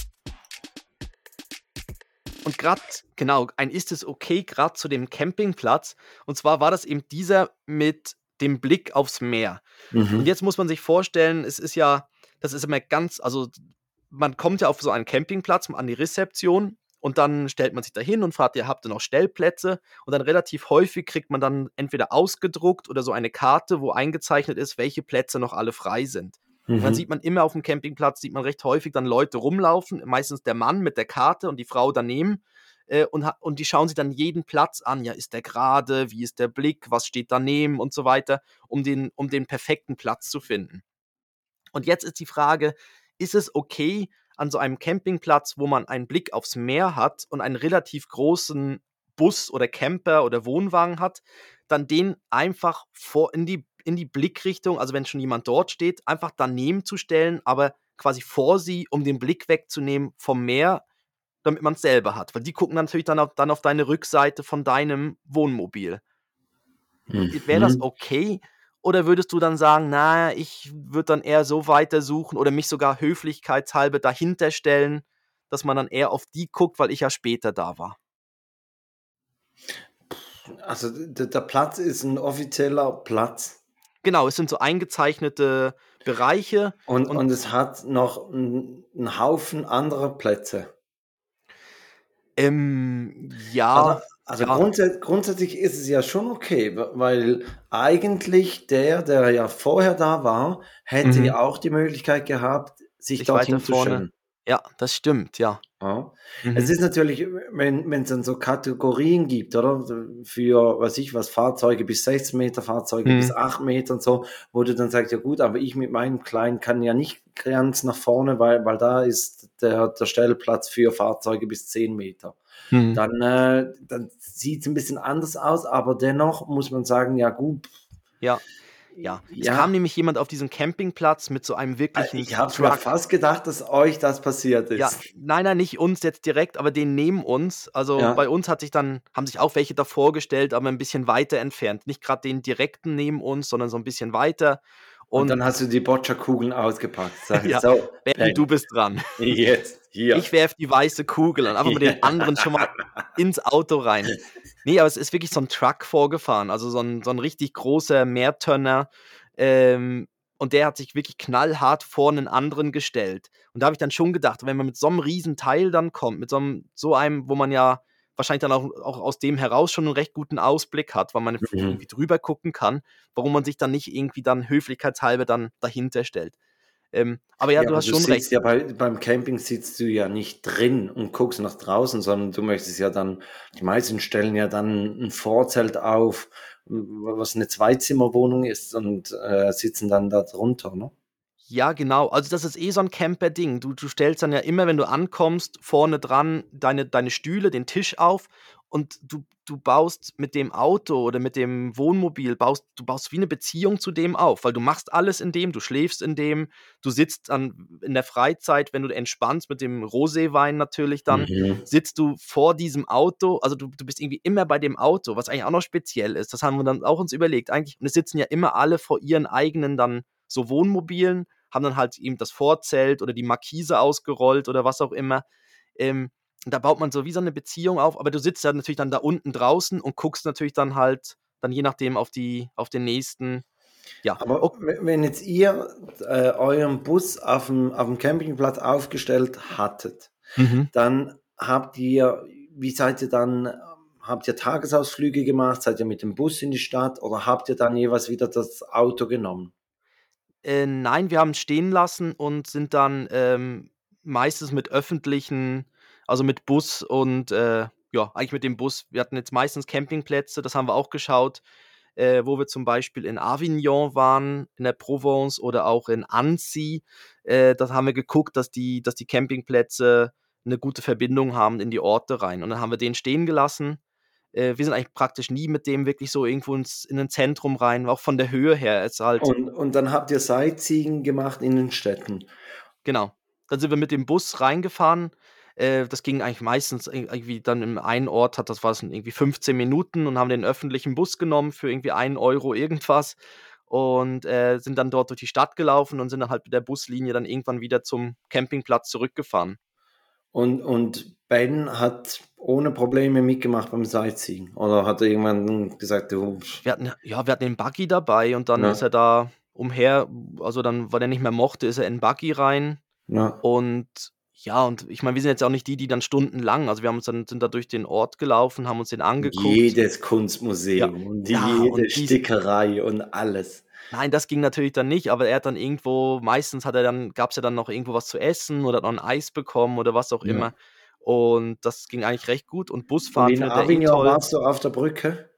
Und grad genau, ein „Ist es okay?“ grad zu dem Campingplatz. Und zwar war das eben dieser mit dem Blick aufs Meer. Und Mhm, jetzt muss man sich vorstellen, das ist immer also, man kommt ja auf so einen Campingplatz an die Rezeption und dann stellt man sich da hin und fragt: „Ja, habt ihr noch Stellplätze?“ Und dann relativ häufig kriegt man dann entweder ausgedruckt oder so eine Karte, wo eingezeichnet ist, welche Plätze noch alle frei sind. Und dann mhm, sieht man immer auf dem Campingplatz recht häufig dann Leute rumlaufen, meistens der Mann mit der Karte und die Frau daneben, und die schauen sich dann jeden Platz an. Ja, ist der gerade? Wie ist der Blick? Was steht daneben und so weiter, um den perfekten Platz zu finden. Und jetzt ist die Frage, ist es okay, an so einem Campingplatz, wo man einen Blick aufs Meer hat und einen relativ großen Bus oder Camper oder Wohnwagen hat, dann den einfach in die Blickrichtung, also wenn schon jemand dort steht, einfach daneben zu stellen, aber quasi vor sie, um den Blick wegzunehmen vom Meer, damit man's selber hat. Weil die gucken natürlich dann auf deine Rückseite von deinem Wohnmobil. Wäre das Mhm. okay? Oder würdest du dann sagen: „Na, ich würde dann eher so weitersuchen oder mich sogar höflichkeitshalber dahinter stellen, dass man dann eher auf die guckt, weil ich ja später da war?“ Also der Platz ist ein offizieller Platz Genau, es sind so eingezeichnete Bereiche und und es hat noch 'n Haufen anderer Plätze. ja, Also ja, grundsätzlich ist es ja schon okay, weil eigentlich der ja vorher da war, hätte mhm, ja auch die Möglichkeit gehabt, sich sich weiter dorthin zu vorne stellen. ja, das stimmt, ja. Ja. Es Mhm, ist natürlich, wenn es dann so Kategorien gibt, oder? Für, weiß ich was, Fahrzeuge bis 16 Meter, Fahrzeuge bis mhm, 8 Meter und so, wo du dann sagst, ja gut, aber ich mit meinem Kleinen kann ja nicht ganz nach vorne, weil da ist der Stellplatz für Fahrzeuge bis 10 Meter. mhm. Dann sieht es ein bisschen anders aus, aber dennoch muss man sagen, ja gut, Ja, ja. Es kam ja, nämlich jemand auf diesen Campingplatz mit so einem wirklichen ich habe es mir Truck. fast gedacht, dass euch das passiert Ja, ist. nein, nicht uns jetzt direkt, aber den neben uns. Also, Ja. bei uns haben sich auch welche davor gestellt, aber 'n bisschen weiter entfernt. Nicht grad den direkten neben uns, sondern so 'n bisschen weiter. Und Und dann hast du die Boccia-Kugeln ausgepackt. Sagen: ja, „So, Benny, du Benny, bist dran. jetzt hier." Ich werfe die weiße Kugel und einfach mal den anderen schon mal ins Auto rein. Ne, aber es ist wirklich so 'n Truck vorgefahren, also so 'n richtig großer Mehrtonner, und der hat sich wirklich knallhart vor 'nen anderen gestellt. Und da habe ich dann schon gedacht, wenn man mit so 'nem Riesenteil dann kommt, mit so einem, wo man ja wahrscheinlich dann auch aus dem heraus schon 'n recht guten Ausblick hat, weil man irgendwie Mhm. drüber gucken kann, warum man sich dann nicht irgendwie dann höflichkeitshalber dann dahinter stellt. Aber ja, Ja, du aber hast du schon recht. sitzt ja beim Camping sitzt du ja nicht drin und guckst nach draußen, sondern du möchtest ja dann, die meisten stellen ja dann ein Vorzelt auf, was eine Zweizimmerwohnung ist und, sitzen dann da drunter, ne? Ja, genau. Also, das ist eh so 'n Camper-Ding. Du stellst dann ja immer, wenn du ankommst, vorne dran deine Stühle, den Tisch auf und du baust mit dem Auto oder mit dem Wohnmobil baust wie 'ne Beziehung zu dem auf, weil du machst alles in dem, du schläfst in dem, du sitzt dann in der Freizeit, wenn du entspannst mit dem Roséwein natürlich dann, Mhm. sitzt du vor diesem Auto. Also, du bist irgendwie immer bei dem Auto, was eigentlich auch noch speziell ist. Das haben wir dann auch uns überlegt. Eigentlich, und es sitzen ja immer alle vor ihren eigenen dann so Wohnmobilen, haben dann halt eben das Vorzelt oder die Markise ausgerollt oder was auch immer. Und da baut man so wie so 'ne Beziehung auf, aber du sitzt ja natürlich dann da unten draußen und guckst natürlich dann halt dann je nachdem auf den nächsten, ja. Aber wenn jetzt ihr, euren Bus auf dem Campingplatz aufgestellt hattet, Mhm. dann wie seid ihr dann habt ihr Tagesausflüge gemacht? Seid ihr mit dem Bus in die Stadt oder habt ihr dann jeweils wieder das Auto genommen? Nein, wir haben's stehen lassen und sind dann, meistens mit öffentlichen, also mit Bus und, ja, eigentlich mit dem Bus. Wir hatten jetzt meistens Campingplätze, das haben wir auch geschaut, wo wir zum Beispiel in Avignon waren, in der Provence oder auch in Annecy. Da haben wir geguckt, dass die Campingplätze 'ne gute Verbindung haben in die Orte rein. Und dann haben wir den stehen gelassen. Wir sind eigentlich praktisch nie mit dem wirklich so irgendwo in 'nen Zentrum rein, auch von der Höhe her ist halt. Und dann habt ihr Sightseeing gemacht in den Städten. Genau. Dann sind wir mit dem Bus reingefahren. Das ging eigentlich meistens irgendwie dann im einen Ort hat das war's irgendwie 15 Minuten und haben den öffentlichen Bus genommen für irgendwie 1 € irgendwas und, sind dann dort durch die Stadt gelaufen und sind dann halt mit der Buslinie dann irgendwann wieder zum Campingplatz zurückgefahren. Und Ben hat ohne Probleme mitgemacht beim Sightseeing? Oder hat er irgendwann gesagt: „Du" Wir hatten den Buggy dabei und dann ist ja, er da umher, also dann, weil er nicht mehr mochte, ist er in 'n Buggy rein. ja. Und ja, und ich meine, wir sind jetzt auch nicht die, die dann stundenlang, also wir haben uns dann sind da durch den Ort gelaufen, haben uns den angeguckt. Jedes Ja. Kunstmuseum und Ja, jede und dies Stickerei und alles. nein, das ging natürlich dann nicht, aber er hat dann irgendwo meistens hat er dann gab's ja dann noch irgendwo was zu essen oder hat noch 'n Eis bekommen oder was auch Ja. immer. Und das ging eigentlich recht gut und Und Busfahren in findet er eh Avignon toll. warst du auf der Brücke?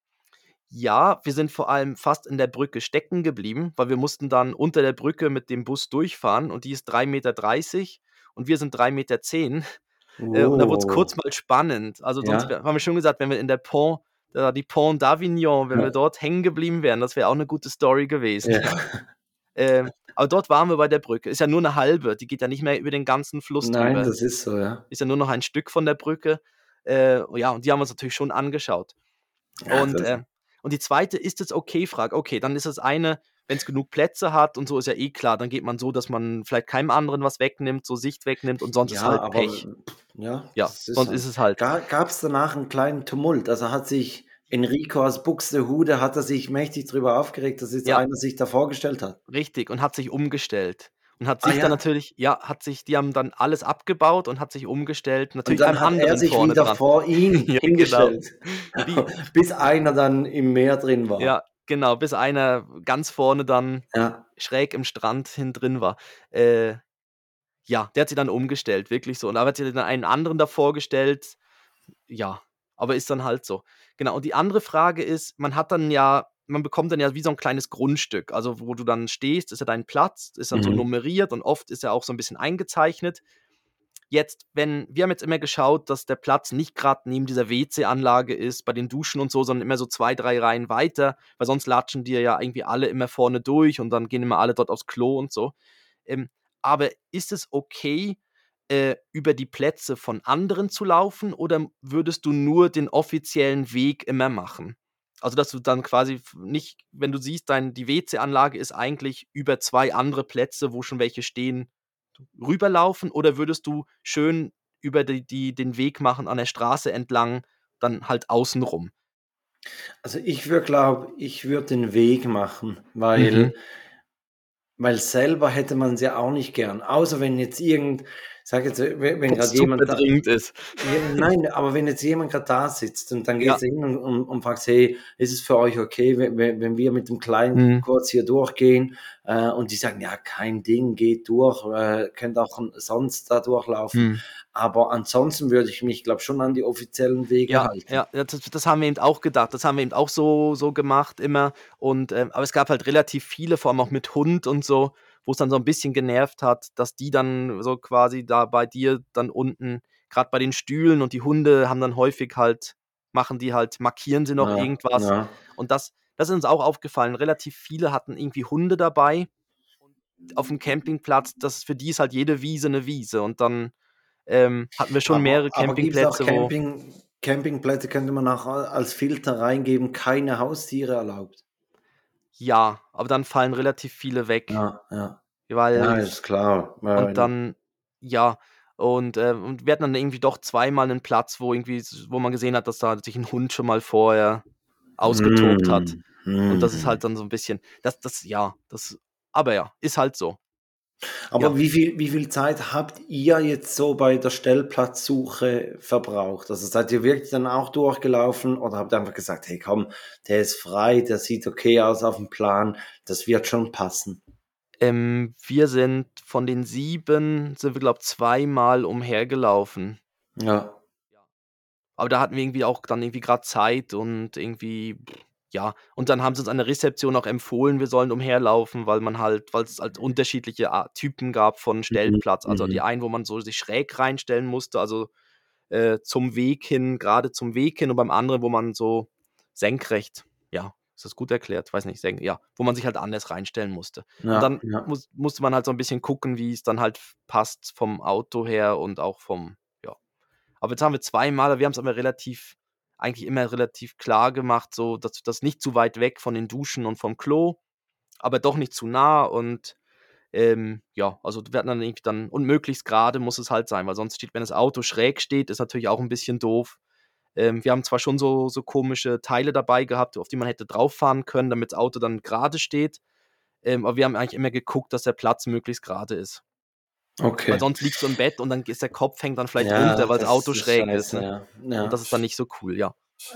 Ja, wir sind vor allem fast in der Brücke stecken geblieben, weil wir mussten dann unter der Brücke mit dem Bus durchfahren und die ist 3,30 Meter und wir sind 3,10 Meter. Und da wurd's Oh, kurz mal spannend. Also, sonst ja, haben wir schon gesagt, wenn wir in der die Pont d'Avignon, wenn wir ja, dort hängen geblieben wären, das wäre auch 'ne gute Story gewesen. ja. Aber dort waren wir bei der Brücke. Ist ja nur 'ne halbe, die geht ja nicht mehr über den ganzen Fluss Nein, drüber. das ist so, ja. Ist ja nur noch ein Stück von der Brücke. Ja, und die haben wir uns natürlich schon angeschaut. Ja, Und, das Und die zweite ist es okay Frage. Okay, dann ist das eine, wenn es genug Plätze hat und so, ist ja eh klar, dann geht man so, dass man vielleicht keinem anderen was wegnimmt, so Sicht wegnimmt und sonst ist Ja, halt aber Pech. ja, Ja, das ist sonst ist halt. es halt. Gab es danach einen kleinen Tumult? Also hat sich Enrico aus Buxtehude, hat er sich mächtig darüber aufgeregt, dass jetzt Ja. einer sich da vorgestellt hat? Richtig, und hat sich umgestellt. Und hat Ah sich dann ja, natürlich die haben dann alles abgebaut und hat sich umgestellt, und natürlich dann beim hat er anderen sich vorne wieder dran. vor ihn Ja, genau. hingestellt, Wie bis einer dann im Meer drin war. Ja, genau, bis einer ganz vorne dann Ja. schräg im Strand hin drin war. Ja, der hat sich dann umgestellt, wirklich so. Und da hat sich dann einen anderen davor gestellt. Ja, aber ist dann halt so. Genau, und die andere Frage ist, man bekommt dann ja wie so ein kleines Grundstück. Also, wo du dann stehst, ist ja dein Platz, ist dann so Mhm. nummeriert und oft ist er auch so ein bisschen eingezeichnet. Wir haben jetzt immer geschaut, dass der Platz nicht gerade neben dieser WC-Anlage ist, bei den Duschen und so, sondern immer so 2, 3 Reihen weiter, weil sonst latschen dir ja irgendwie alle immer vorne durch und dann gehen immer alle dort aufs Klo und so. Ähm, aber ist es okay, über die Plätze von anderen zu laufen oder würdest du nur den offiziellen Weg immer machen? Also, dass du dann quasi nicht, wenn du siehst, die WC-Anlage ist eigentlich über 2 andere Plätze, wo schon welche stehen, rüberlaufen oder würdest du schön über den Weg machen an der Straße entlang, dann halt außenrum? Also ich würde den Weg machen, Mhm. weil selber hätte man es ja auch nicht gern. Außer wenn jetzt sag jetzt, wenn Wenn's gerade super jemand da, dringend ist. ja, nein, aber wenn jetzt jemand gerade da sitzt und dann Ja. gehst du hin und fragst, hey, ist es für euch okay, wenn wir mit dem Kleinen Mhm. kurz hier durchgehen? Und die sagen, ja, kein Ding, geht durch, könnt auch sonst da durchlaufen. Mhm. Aber ansonsten würde ich mich, glaube schon an die offiziellen Wege Ja, halten. ja, das haben wir eben auch gedacht. Das haben wir eben auch so gemacht immer und, aber es gab halt relativ viele, vor allem auch mit Hund und so, wo's dann so 'n bisschen genervt hat, dass die dann so quasi da bei dir dann unten grad bei den Stühlen und die Hunde haben dann häufig halt markieren sie noch Ja, irgendwas ja. und das ist uns auch aufgefallen. Relativ viele hatten irgendwie Hunde dabei und auf'm Campingplatz, für die ist halt jede Wiese 'ne Wiese und dann, hatten wir schon mehrere Aber gibt es auch Campingplätze, wo Campingplätze, könnte man auch als Filter reingeben, keine Haustiere erlaubt? Ja, aber dann fallen relativ viele weg, Ja, ja. Ja, weil ist klar. und dann ja, und wir hatten dann irgendwie doch zweimal 'nen Platz, wo man gesehen hat, dass da sich 'n Hund schon mal vorher ausgetobt hat. Mhm, Und das ist mhm. halt dann so 'n bisschen aber ja, ist halt so. Aber Ja. wie viel Zeit habt ihr jetzt so bei der Stellplatzsuche verbraucht? Also, seid ihr wirklich dann auch durchgelaufen oder habt ihr einfach gesagt: „Hey, komm, der ist frei, der sieht okay aus auf'm Plan, das wird schon passen?“ Wir sind von den 7 sind wir, glaube, zweimal umhergelaufen. Ja. Ja. Aber da hatten wir irgendwie auch dann irgendwie grad Zeit und irgendwie ja, und dann haben sie uns an der Rezeption auch empfohlen, wir sollen umherlaufen, weil's halt unterschiedliche Typen gab von Mhm, Stellplatz. Also, die mhm. einen, wo man so sich schräg reinstellen musste, also, zum Weg hin gerade zum Weg hin und beim anderen, wo man so senkrecht ist das gut erklärt? Weiß nicht, wo man sich halt anders reinstellen musste. Und Ja, dann ja. musste man halt so 'n bisschen gucken, wie's dann halt passt vom Auto her und auch ja. Aber jetzt haben wir zweimal wir haben's aber eigentlich immer relativ klar gemacht, so, dass das nicht zu weit weg von den Duschen und vom Klo, aber doch nicht zu nah und, ja, also wir hatten dann irgendwie und möglichst gerade muss es halt sein, weil sonst wenn das Auto schräg steht, ist natürlich auch 'n bisschen doof. Wir haben zwar schon so komische Teile dabei gehabt, auf die man hätte drauf fahren können, damit's Auto dann gerade steht, aber wir haben eigentlich immer geguckt, dass der Platz möglichst gerade ist. Weil Okay. sonst liegst du im Bett und dann ist der Kopf hängt dann vielleicht runter, Ja, weil's das Auto ist schräg ist, scheiße, ne? ja. Und Ja. das ist dann nicht so cool, ja.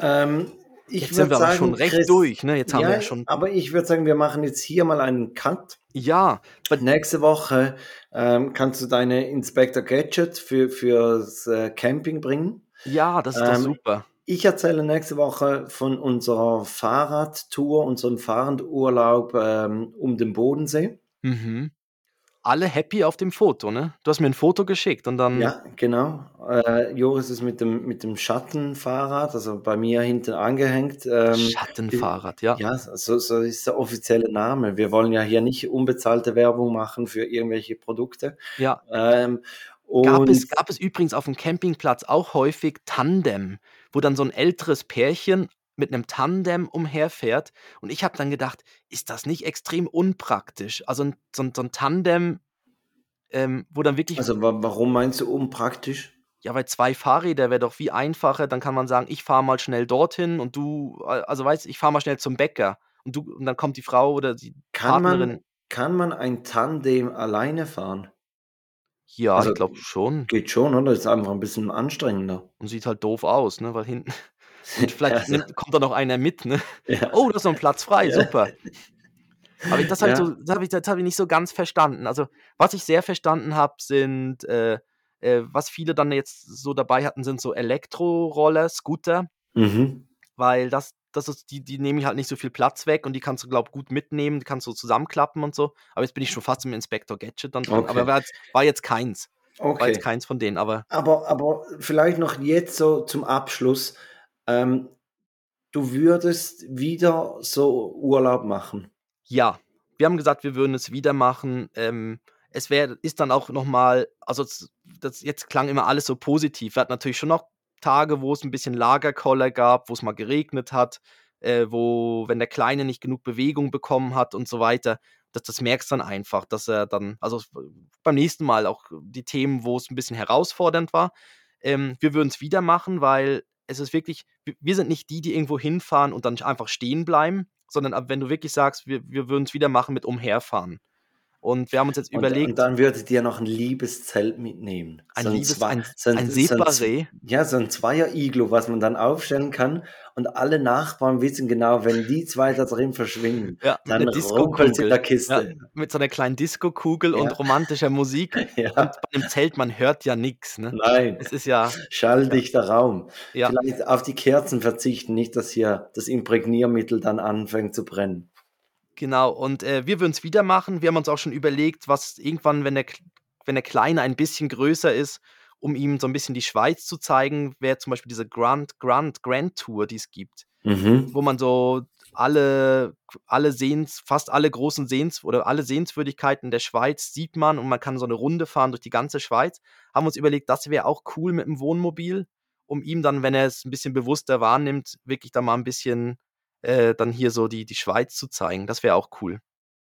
Ich Jetzt sind würde wir aber schon sagen, recht Chris, durch, ne? Jetzt haben wir ja, ja schon aber ich würde sagen, wir machen jetzt hier mal einen Cut. ja, weil Nächste Woche kannst du deine Inspector Gadget fürs Camping bringen. ja, das ist doch Ähm, super. ich erzähle nächste Woche von unserer Fahrradtour, unserem Fahrradurlaub um den Bodensee. Mhm. Alle happy auf dem Foto, ne? Du hast mir 'n Foto geschickt und dann Ja, genau. Joris ist mit dem Schattenfahrrad, also bei mir hinten angehängt. Schattenfahrrad, ja. Ja, so ist der offizielle Name. Wir wollen ja hier nicht unbezahlte Werbung machen für irgendwelche Produkte. Ja. Ähm, Gab es und gab es übrigens auf'm Campingplatz auch häufig Tandem, wo dann so 'n älteres Pärchen mit 'nem Tandem umherfährt. Und ich habe dann gedacht: „Ist das nicht extrem unpraktisch?“ Also, so 'n Tandem, wo dann wirklich Also, warum meinst du unpraktisch? ja, weil 2 Fahrräder wäre doch viel einfacher. Dann kann man sagen: „Ich fahre mal schnell dorthin und du also, weißt du, ich fahre mal schnell zum Bäcker und dann kommt die Frau oder die Kann Partnerin.“ man ein Tandem alleine fahren? Ja, ich Also, glaube schon. geht schon, oder? Ist einfach ein bisschen anstrengender. Und sieht halt doof aus, ne, weil hinten und vielleicht Also, kommt da noch einer mit, ne? ja, „Oh, da ist noch 'n Platz frei, ja, super.“ Aber das habe ich ja, so das habe ich nicht so ganz verstanden. Also, was ich sehr verstanden habe, sind, was viele dann jetzt so dabei hatten, sind so Elektroroller, Scooter, mhm, weil das ist die nehmen halt nicht so viel Platz weg und die kannst du, glaube gut mitnehmen, die kannst du zusammenklappen und so. Aber jetzt bin ich schon fast im Inspektor Gadget dann drin, aber okay, war jetzt okay. keins von denen, aber Aber vielleicht noch jetzt so zum Abschluss. Ähm, Du würdest wieder so Urlaub machen? ja, wir haben gesagt, wir würden es wieder machen. Es ist dann auch noch mal also, das jetzt klang immer alles so positiv. Wir hatten natürlich schon noch Tage, wo es 'n bisschen Lagerkoller gab, wo's mal geregnet hat, wo wenn der Kleine nicht genug Bewegung bekommen hat und so weiter. Das merkst dann einfach, dass er dann also, beim nächsten Mal auch die Themen, wo es 'n bisschen herausfordernd war. Wir würden's wieder machen, weil es ist wirklich wir sind nicht die, die irgendwo hinfahren und dann einfach stehen bleiben, sondern wenn du wirklich sagst: „Wir würden es wieder machen mit Umherfahren.“ Und wir haben uns jetzt Und überlegt, dann würdet ihr noch 'n liebes Zelt mitnehmen. ein Liebes ein So 'n z Separé. ja, so 'n Zweier-Iglu, was man dann aufstellen kann und alle Nachbarn wissen genau, wenn die 2 da drin verschwinden, Ja, mit 'ner dann rumpelt's in Diskokugel. der Ja, Kiste. mit so 'ner kleinen Diskokugel Ja, und romantischer Musik. ja, Und bei 'nem Zelt, man hört ja nix, ne? nein, Es ist ja ja, schalldichter Raum. ja, Vielleicht auf die Kerzen verzichten, nicht, dass hier das Imprägniermittel dann anfängt zu brennen. genau. Und, wir würden's wieder machen. Wir haben uns auch schon überlegt, was irgendwann, wenn der Kleine ein bisschen größer ist, um ihm so 'n bisschen die Schweiz zu zeigen, wäre zum Beispiel diese Grand Tour, die es gibt. Mhm, Wo man so alle fast alle großen oder alle Sehenswürdigkeiten der Schweiz sieht man und man kann so 'ne Runde fahren durch die ganze Schweiz. Haben uns überlegt, das wäre auch cool mit 'm Wohnmobil, um ihm dann, wenn er's 'n bisschen bewusster wahrnimmt, wirklich da mal 'n bisschen, dann hier so die Schweiz zu zeigen. Das wäre auch cool.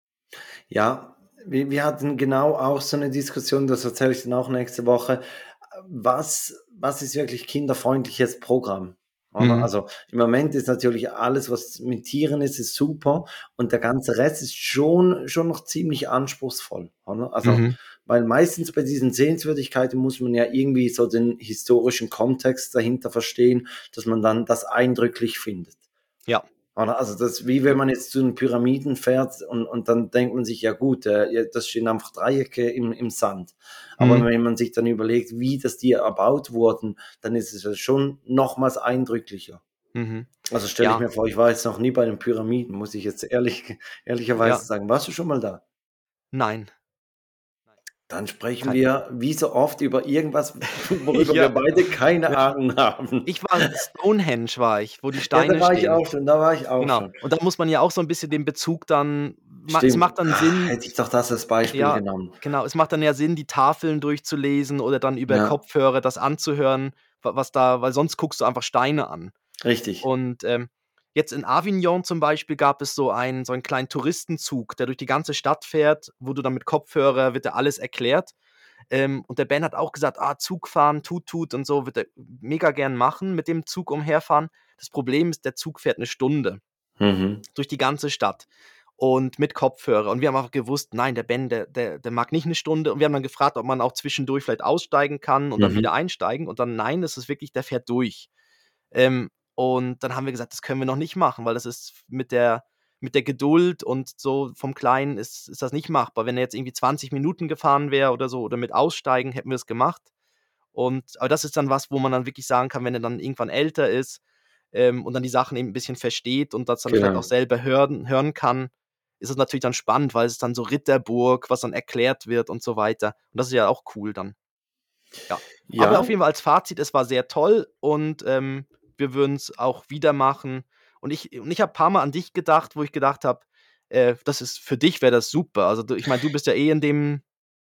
ja, wir hatten genau auch so 'ne Diskussion, das erzähle ich dann auch nächste Woche. Was ist wirklich kinderfreundliches Programm, oder? Mhm. Also, im Moment ist natürlich alles, was mit Tieren ist super und der ganze Rest ist schon noch ziemlich anspruchsvoll, oder? Also, Mhm. weil meistens bei diesen Sehenswürdigkeiten muss man ja irgendwie so den historischen Kontext dahinter verstehen, dass man dann das eindrücklich findet. Ja. Oder? Also, das ist wie wenn man jetzt zu den Pyramiden fährt und dann denkt man sich: „Ja gut, ja, das stehen einfach Dreiecke im Sand.“ Aber Mhm. wenn man sich dann überlegt, wie die erbaut wurden, dann ist es ja schon nochmals eindrücklicher. Mhm. Also, stelle ich Ja, mir vor, ich war jetzt noch nie bei den Pyramiden, muss ich jetzt ja. ehrlicherweise sagen. Warst du schon mal da? Nein. Dann sprechen Kein wir wie so oft über irgendwas, worüber wir ja, beide keine ja. Ahnung haben. Stonehenge war ich, wo die Ja, Steine stehen. da war ich auch Genau. schon. Und da muss man ja auch so 'n bisschen den Bezug dann es Stimmt. macht dann Ah, Sinn, hätte ich doch das als Beispiel ja, genommen. genau. Es macht dann ja Sinn, die Tafeln durchzulesen oder dann über Ja, Kopfhörer das anzuhören, was da weil sonst guckst du einfach Steine an. richtig. Und, jetzt in Avignon zum Beispiel gab es so einen kleinen Touristenzug, der durch die ganze Stadt fährt, wo du dann mit Kopfhörer wird dir alles erklärt. Und der Ben hat auch gesagt: „Ah, Zugfahren, tut und so, wird er mega gern machen, mit dem Zug umherfahren.“ Das Problem ist, der Zug fährt 'ne Stunde Mhm. durch die ganze Stadt und mit Kopfhörer. Und wir haben einfach gewusst, nein, der Ben, der mag nicht 'ne Stunde. Und wir haben dann gefragt, ob man auch zwischendurch vielleicht aussteigen kann und dann Mhm. wieder einsteigen. Und dann nein, das ist wirklich der fährt durch. Ähm, und dann haben wir gesagt: „Das können wir noch nicht machen, weil das ist mit der Geduld und so vom Kleinen ist das nicht machbar.“ Wenn er jetzt irgendwie 20 Minuten gefahren wäre oder so oder mit Aussteigen, hätten wir es gemacht. Aber das ist dann was, wo man dann wirklich sagen kann, wenn er dann irgendwann älter ist, und dann die Sachen eben 'n bisschen versteht und das dann vielleicht auch Genau. selber hören kann, ist es natürlich dann spannend, weil es ist dann so Ritterburg, was dann erklärt wird und so weiter. Und das ist ja auch cool dann, ja. Aber Ja, auf jeden Fall als Fazit, es war sehr toll und, wir würden's auch wieder machen. Und ich habe paarmal an dich gedacht, wo ich gedacht habe, das ist für dich wäre das super. Also, ich meine, du bist ja eh in dem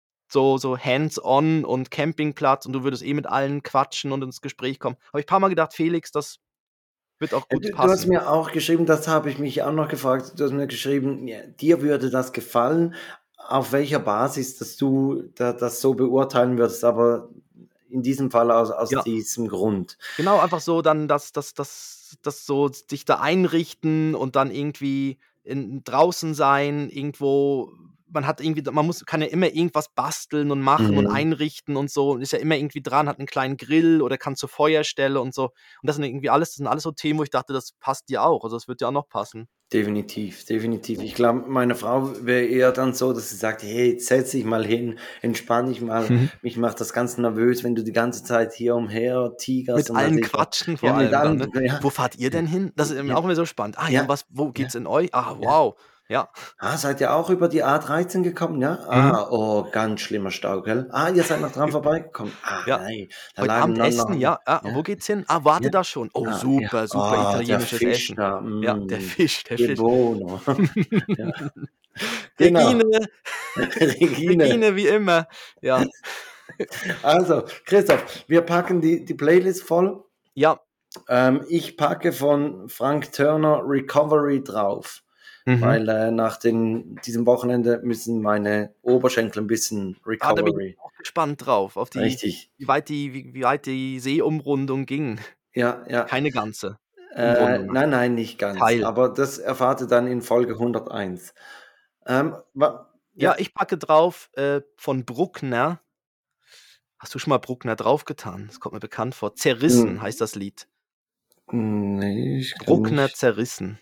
so hands-on und Campingplatz und du würdest eh mit allen quatschen und ins Gespräch kommen. Habe ich paarmal gedacht: „Felix, Wird auch gut Du hast passen. mir auch geschrieben, das habe ich mich auch noch gefragt, du hast mir geschrieben, ja, dir würde das gefallen, auf welcher Basis, dass du das so beurteilen würdest, aber in diesem Fall aus Ja. diesem Grund. Genau, einfach so dann das so sich da einrichten und dann irgendwie draußen sein, irgendwo kann ja immer irgendwas basteln und machen und Mhm. einrichten und so und ist ja immer irgendwie dran, hat einen kleinen Grill oder kann zur Feuerstelle und so. Und das sind alles so Themen, wo ich dachte, das passt dir auch. Also, das wird dir auch noch passen. Definitiv, definitiv. Ich glaube, meine Frau wäre eher dann so, dass sie sagt: „Hey, jetzt setz dich mal hin, entspann dich mal. Mhm. Mich macht das ganz nervös, wenn du die ganze Zeit hier umher tigerst Mit und dann allen sehe ich auch quatschen ja, vor mit allem dann, ne? allem, ja, Wo fahrt ihr denn hin? Das ist ja, auch immer so spannend. Ah ja, ja, wo ja, geht's in euch? Ah, ja. wow. Ja. Ah, seid ihr auch über die A13 gekommen, ja? Mhm. Ah, oh, ganz schlimmer Stau, gell? Ah, ihr seid noch dran vorbeigekommen. Ah, Ja. nein, da Heute lagen Abend dann noch essen, ja. Ah, ja, wo geht's hin? Ah, wart ja, ihr da schon? Oh, ja. super, super Ah, der italienisches Fisch Essen. da, Ja, der Fisch, der che Fisch. buono. Ja, genau. Regine, Regine. Regine wie immer. Ja, Also, Christoph, wir packen die Playlist voll. ja. Ich packe von Frank Turner Recovery drauf, Mhm. weil nach diesem Wochenende müssen meine Oberschenkel ein bisschen Ah, da bin ich Recovery. auch gespannt drauf, auf Richtig. wie weit die Seeumrundung ging. Ja, ja. Keine ganze Umrundung, Nein, nicht ganz. Teil. Aber das erfahrt ihr dann in Folge 101. Ja, Ja, ich packe drauf, von Bruckner. Hast du schon mal Bruckner draufgetan? Das kommt mir bekannt vor. „Zerrissen" heißt das Lied. nee, ich glaube Bruckner nicht. „Zerrissen".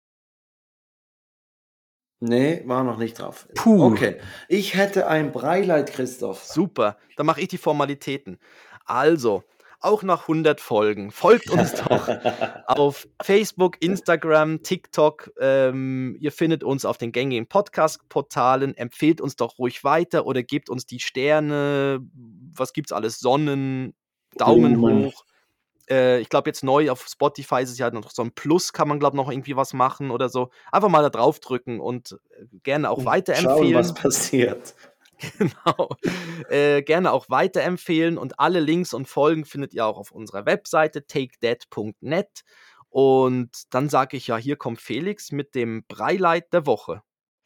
Nee, war noch nicht drauf. Puh. Okay, ich hätte ein Breileid, Christoph. Super, dann mache ich die Formalitäten. Also, auch nach 100 Folgen, folgt uns doch auf Facebook, Instagram, TikTok. Ihr findet uns auf den gängigen Podcast-Portalen. Empfehlt uns doch ruhig weiter oder gebt uns die Sterne. Was gibt's alles? Sonnen, Daumen Blumen. hoch. Ich glaube, jetzt neu auf Spotify ist es ja noch so ein Plus, kann man, glaube ich, noch irgendwie was machen oder so. Einfach mal da draufdrücken und gerne auch Schauen, was weiterempfehlen. passiert. Genau. Gerne auch weiterempfehlen und alle Links und Folgen findet ihr auch auf unserer Webseite takethat.net. Und dann sage ich ja, hier kommt Felix mit dem Breileid der Woche.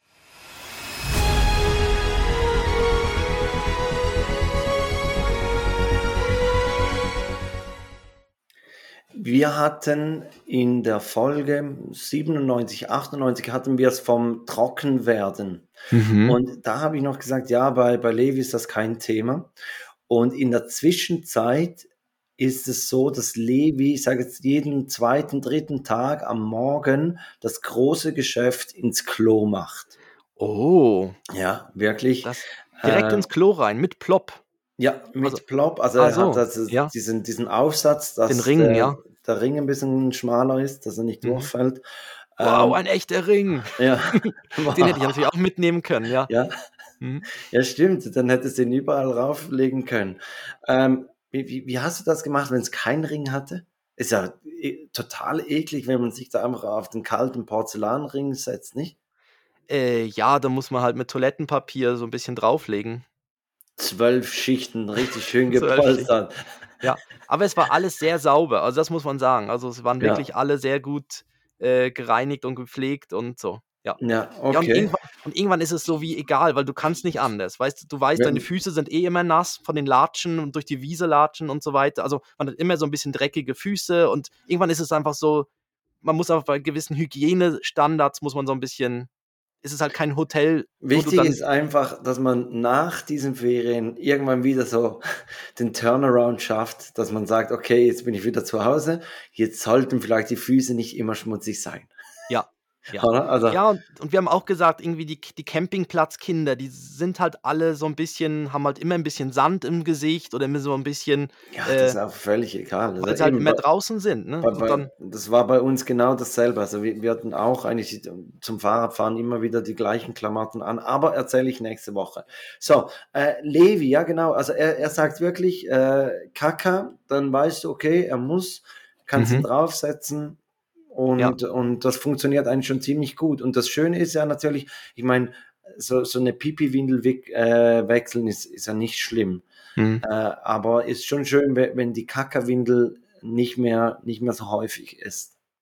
Wir hatten in der Folge 97, 98 hatten wir es vom Trockenwerden. Mhm. Und da habe ich noch gesagt, ja, bei Levi ist das kein Thema. Und in der Zwischenzeit ist es so, dass Levi, ich sage jetzt jeden zweiten, dritten Tag am Morgen das große Geschäft ins Klo macht. Oh, Ja, wirklich. das direkt Äh, ins Klo rein mit Plop. ja, Also, mit Plop. Also ah er hat so, also ja, diesen Aufsatz, den dass Ring, ja. der Ring ein bisschen schmaler ist, dass er nicht Mhm. durchfällt. Wow, Ähm, ein echter Ring. ja, Den hätte ich natürlich auch mitnehmen können, ja. ja, Mhm. ja, stimmt. Dann hättest du ihn überall rauflegen können. Wie hast du das gemacht, wenn es keinen Ring hatte? Ist ja total eklig, wenn man sich da einfach auf den kalten Porzellanring setzt, nicht? Ja, da muss man halt mit Toilettenpapier so ein bisschen drauflegen. 12 Schichten, richtig schön 12 Schichten. gepolstert. Ja, aber es war alles sehr sauber, also das muss man sagen. Also, es waren Ja, wirklich alle sehr gut, gereinigt und gepflegt und so, ja. ja, Ja, okay. und irgendwann ist es so wie egal, weil du kannst nicht anders. Weißt du, du weißt, deine Wenn, Füße sind eh immer nass von den Latschen und durch die Wiese latschen und so weiter. Also, man hat immer so 'n bisschen dreckige Füße und irgendwann ist es einfach so, man muss auch bei gewissen Hygienestandards muss man so 'n bisschen, ist es halt kein Hotel, wo du Wichtig dann ist einfach, dass man nach diesen Ferien irgendwann wieder so den Turnaround schafft, dass man sagt: „Okay, jetzt bin ich wieder zu Hause. Jetzt sollten vielleicht die Füße nicht immer schmutzig sein.“ ja, ja. Oder? Also, Ja, und wir haben auch gesagt, irgendwie die Campingplatzkinder, die sind halt alle so 'n bisschen, haben halt immer 'n bisschen Sand im Gesicht oder immer so 'n bisschen, ja, das äh, ist auch völlig egal. Also weil sie halt eben immer draußen sind, ne? Und dann das war bei uns genau dasselbe. Also wir hatten auch eigentlich zum Fahrradfahren immer wieder die gleichen Klamotten an, aber erzähle ich nächste Woche. So, Levi, ja genau, also er sagt wirklich, Kaka, dann weißt du, okay, er muss, kannst ihn mhm, draufsetzen ja, und das funktioniert eigentlich schon ziemlich gut. Und das Schöne ist ja natürlich, ich meine, so eine Pipi-Windel wechseln ist ja nicht schlimm. mhm. Aber ist schon schön, wenn die Kackerwindel nicht mehr so häufig ist.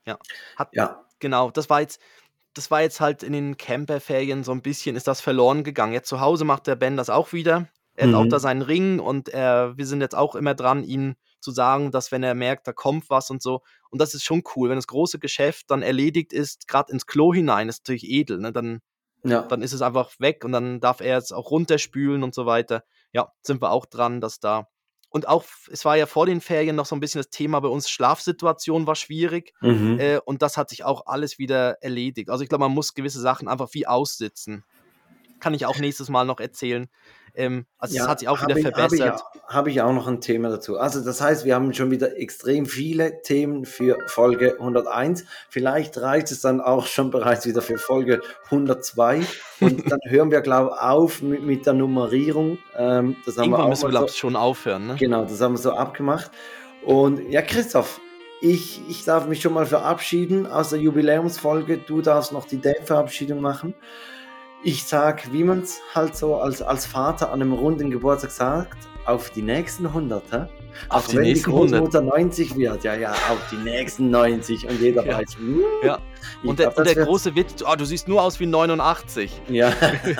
Ja. Hat Ja. genau, das war jetzt halt in den Camperferien so ein bisschen ist das verloren gegangen. Jetzt zu Hause macht der Ben das auch wieder. Er hat auch da seinen Ring und wir sind jetzt auch immer dran, ihm zu sagen, dass wenn er merkt, da kommt was und so. Und das ist schon cool, wenn das große Geschäft dann erledigt ist, gerade ins Klo hinein, ist natürlich edel, ne? Dann Ja. ist es einfach weg und dann darf er es auch runterspülen und so weiter. Ja, sind wir auch dran, dass da und auch es war ja vor den Ferien noch so ein bisschen das Thema bei uns, Schlafsituation war schwierig, und das hat sich auch alles wieder erledigt. Also, ich glaube, man muss gewisse Sachen einfach wie aussitzen. Kann ich auch nächstes Mal noch erzählen. Also, es hat sich auch wieder verbessert. Habe ich auch noch ein Thema dazu. Also das heißt, wir haben schon wieder extrem viele Themen für Folge 101. Vielleicht reicht es dann auch schon bereits wieder für Folge 102. Und dann hören wir, glaube ich, auf mit der Nummerierung. Das haben wir Irgendwann auch müssen wir, mal glaube so, ich, schon aufhören, ne? genau, das haben wir so abgemacht. Und ja, Christoph, ich darf mich schon mal verabschieden aus der Jubiläumsfolge. Du darfst noch die Date-Verabschiedung machen. Ich sag, wie man es halt so als Vater an einem runden Geburtstag sagt, auf die nächsten 100, hä? Auf Auch die wenn die nächsten 100. Großmutter 90 wird, ja, auf die nächsten 90 und jeder Ja. weiß, Ja. ich Und glaub, der das wird- große Witz, du siehst nur aus wie 89. Ja,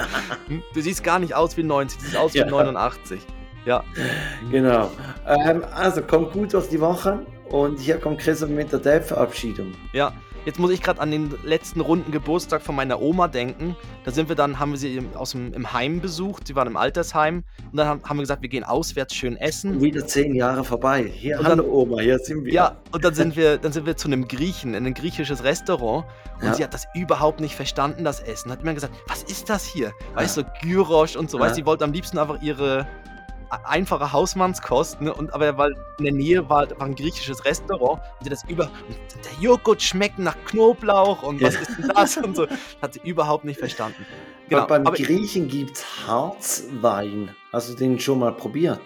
Du siehst gar nicht aus wie 90, du siehst aus wie Ja. 89. Ja. genau. Also kommt gut durch die Woche und hier kommt Christoph mit der Date-Verabschiedung. Ja, jetzt muss ich gerade an den letzten runden Geburtstag von meiner Oma denken. Da haben wir sie im Heim besucht. Sie waren im Altersheim. Und dann haben wir gesagt, wir gehen auswärts schön essen. Wieder 10 Jahre vorbei. Hier, Und hallo dann- Oma, hier sind wir. Ja, und dann sind wir zu einem Griechen, in ein griechisches Restaurant. Und Ja. sie hat das überhaupt nicht verstanden, das Essen. Hat immer gesagt, was ist das hier? Weißt du, so Gyros und so. Ja. Weißt du, sie wollte am liebsten einfach ihre einfache Hausmannskost, ne? Und weil in der Nähe war ein griechisches Restaurant und sie der Joghurt schmeckt nach Knoblauch und was ist denn das und so. Hat sie überhaupt nicht verstanden. Genau. Beim Aber Griechen gibt es Harzwein. Hast du den schon mal probiert?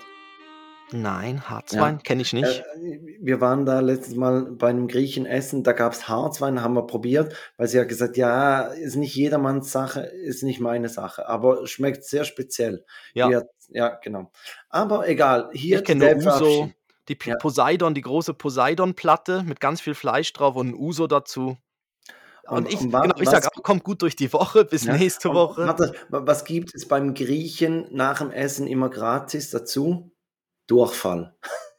nein, Harzwein kenne ich nicht. Wir waren da letztes Mal bei einem Griechen essen, da gab es Harzwein, haben wir probiert, weil sie hat gesagt, ja, ist nicht jedermanns Sache, ist nicht meine Sache, aber schmeckt sehr speziell. Ja. Ja, genau. Aber egal, hier Ich kenne nur die Uso, Verabschiedung. die Ja. Poseidon, die große Poseidon-Platte mit ganz viel Fleisch drauf und ein Uso dazu. Und ich sage auch, kommt gut durch die Woche, bis Ja, nächste und Woche. warte, was gibt es beim Griechen nach dem Essen immer gratis dazu? Durchfall.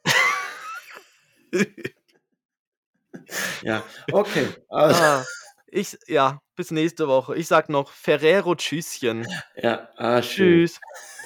Ja, okay. Also, Bis nächste Woche. Ich sag noch Ferrero Tschüsschen. ja, schön. Tschüss.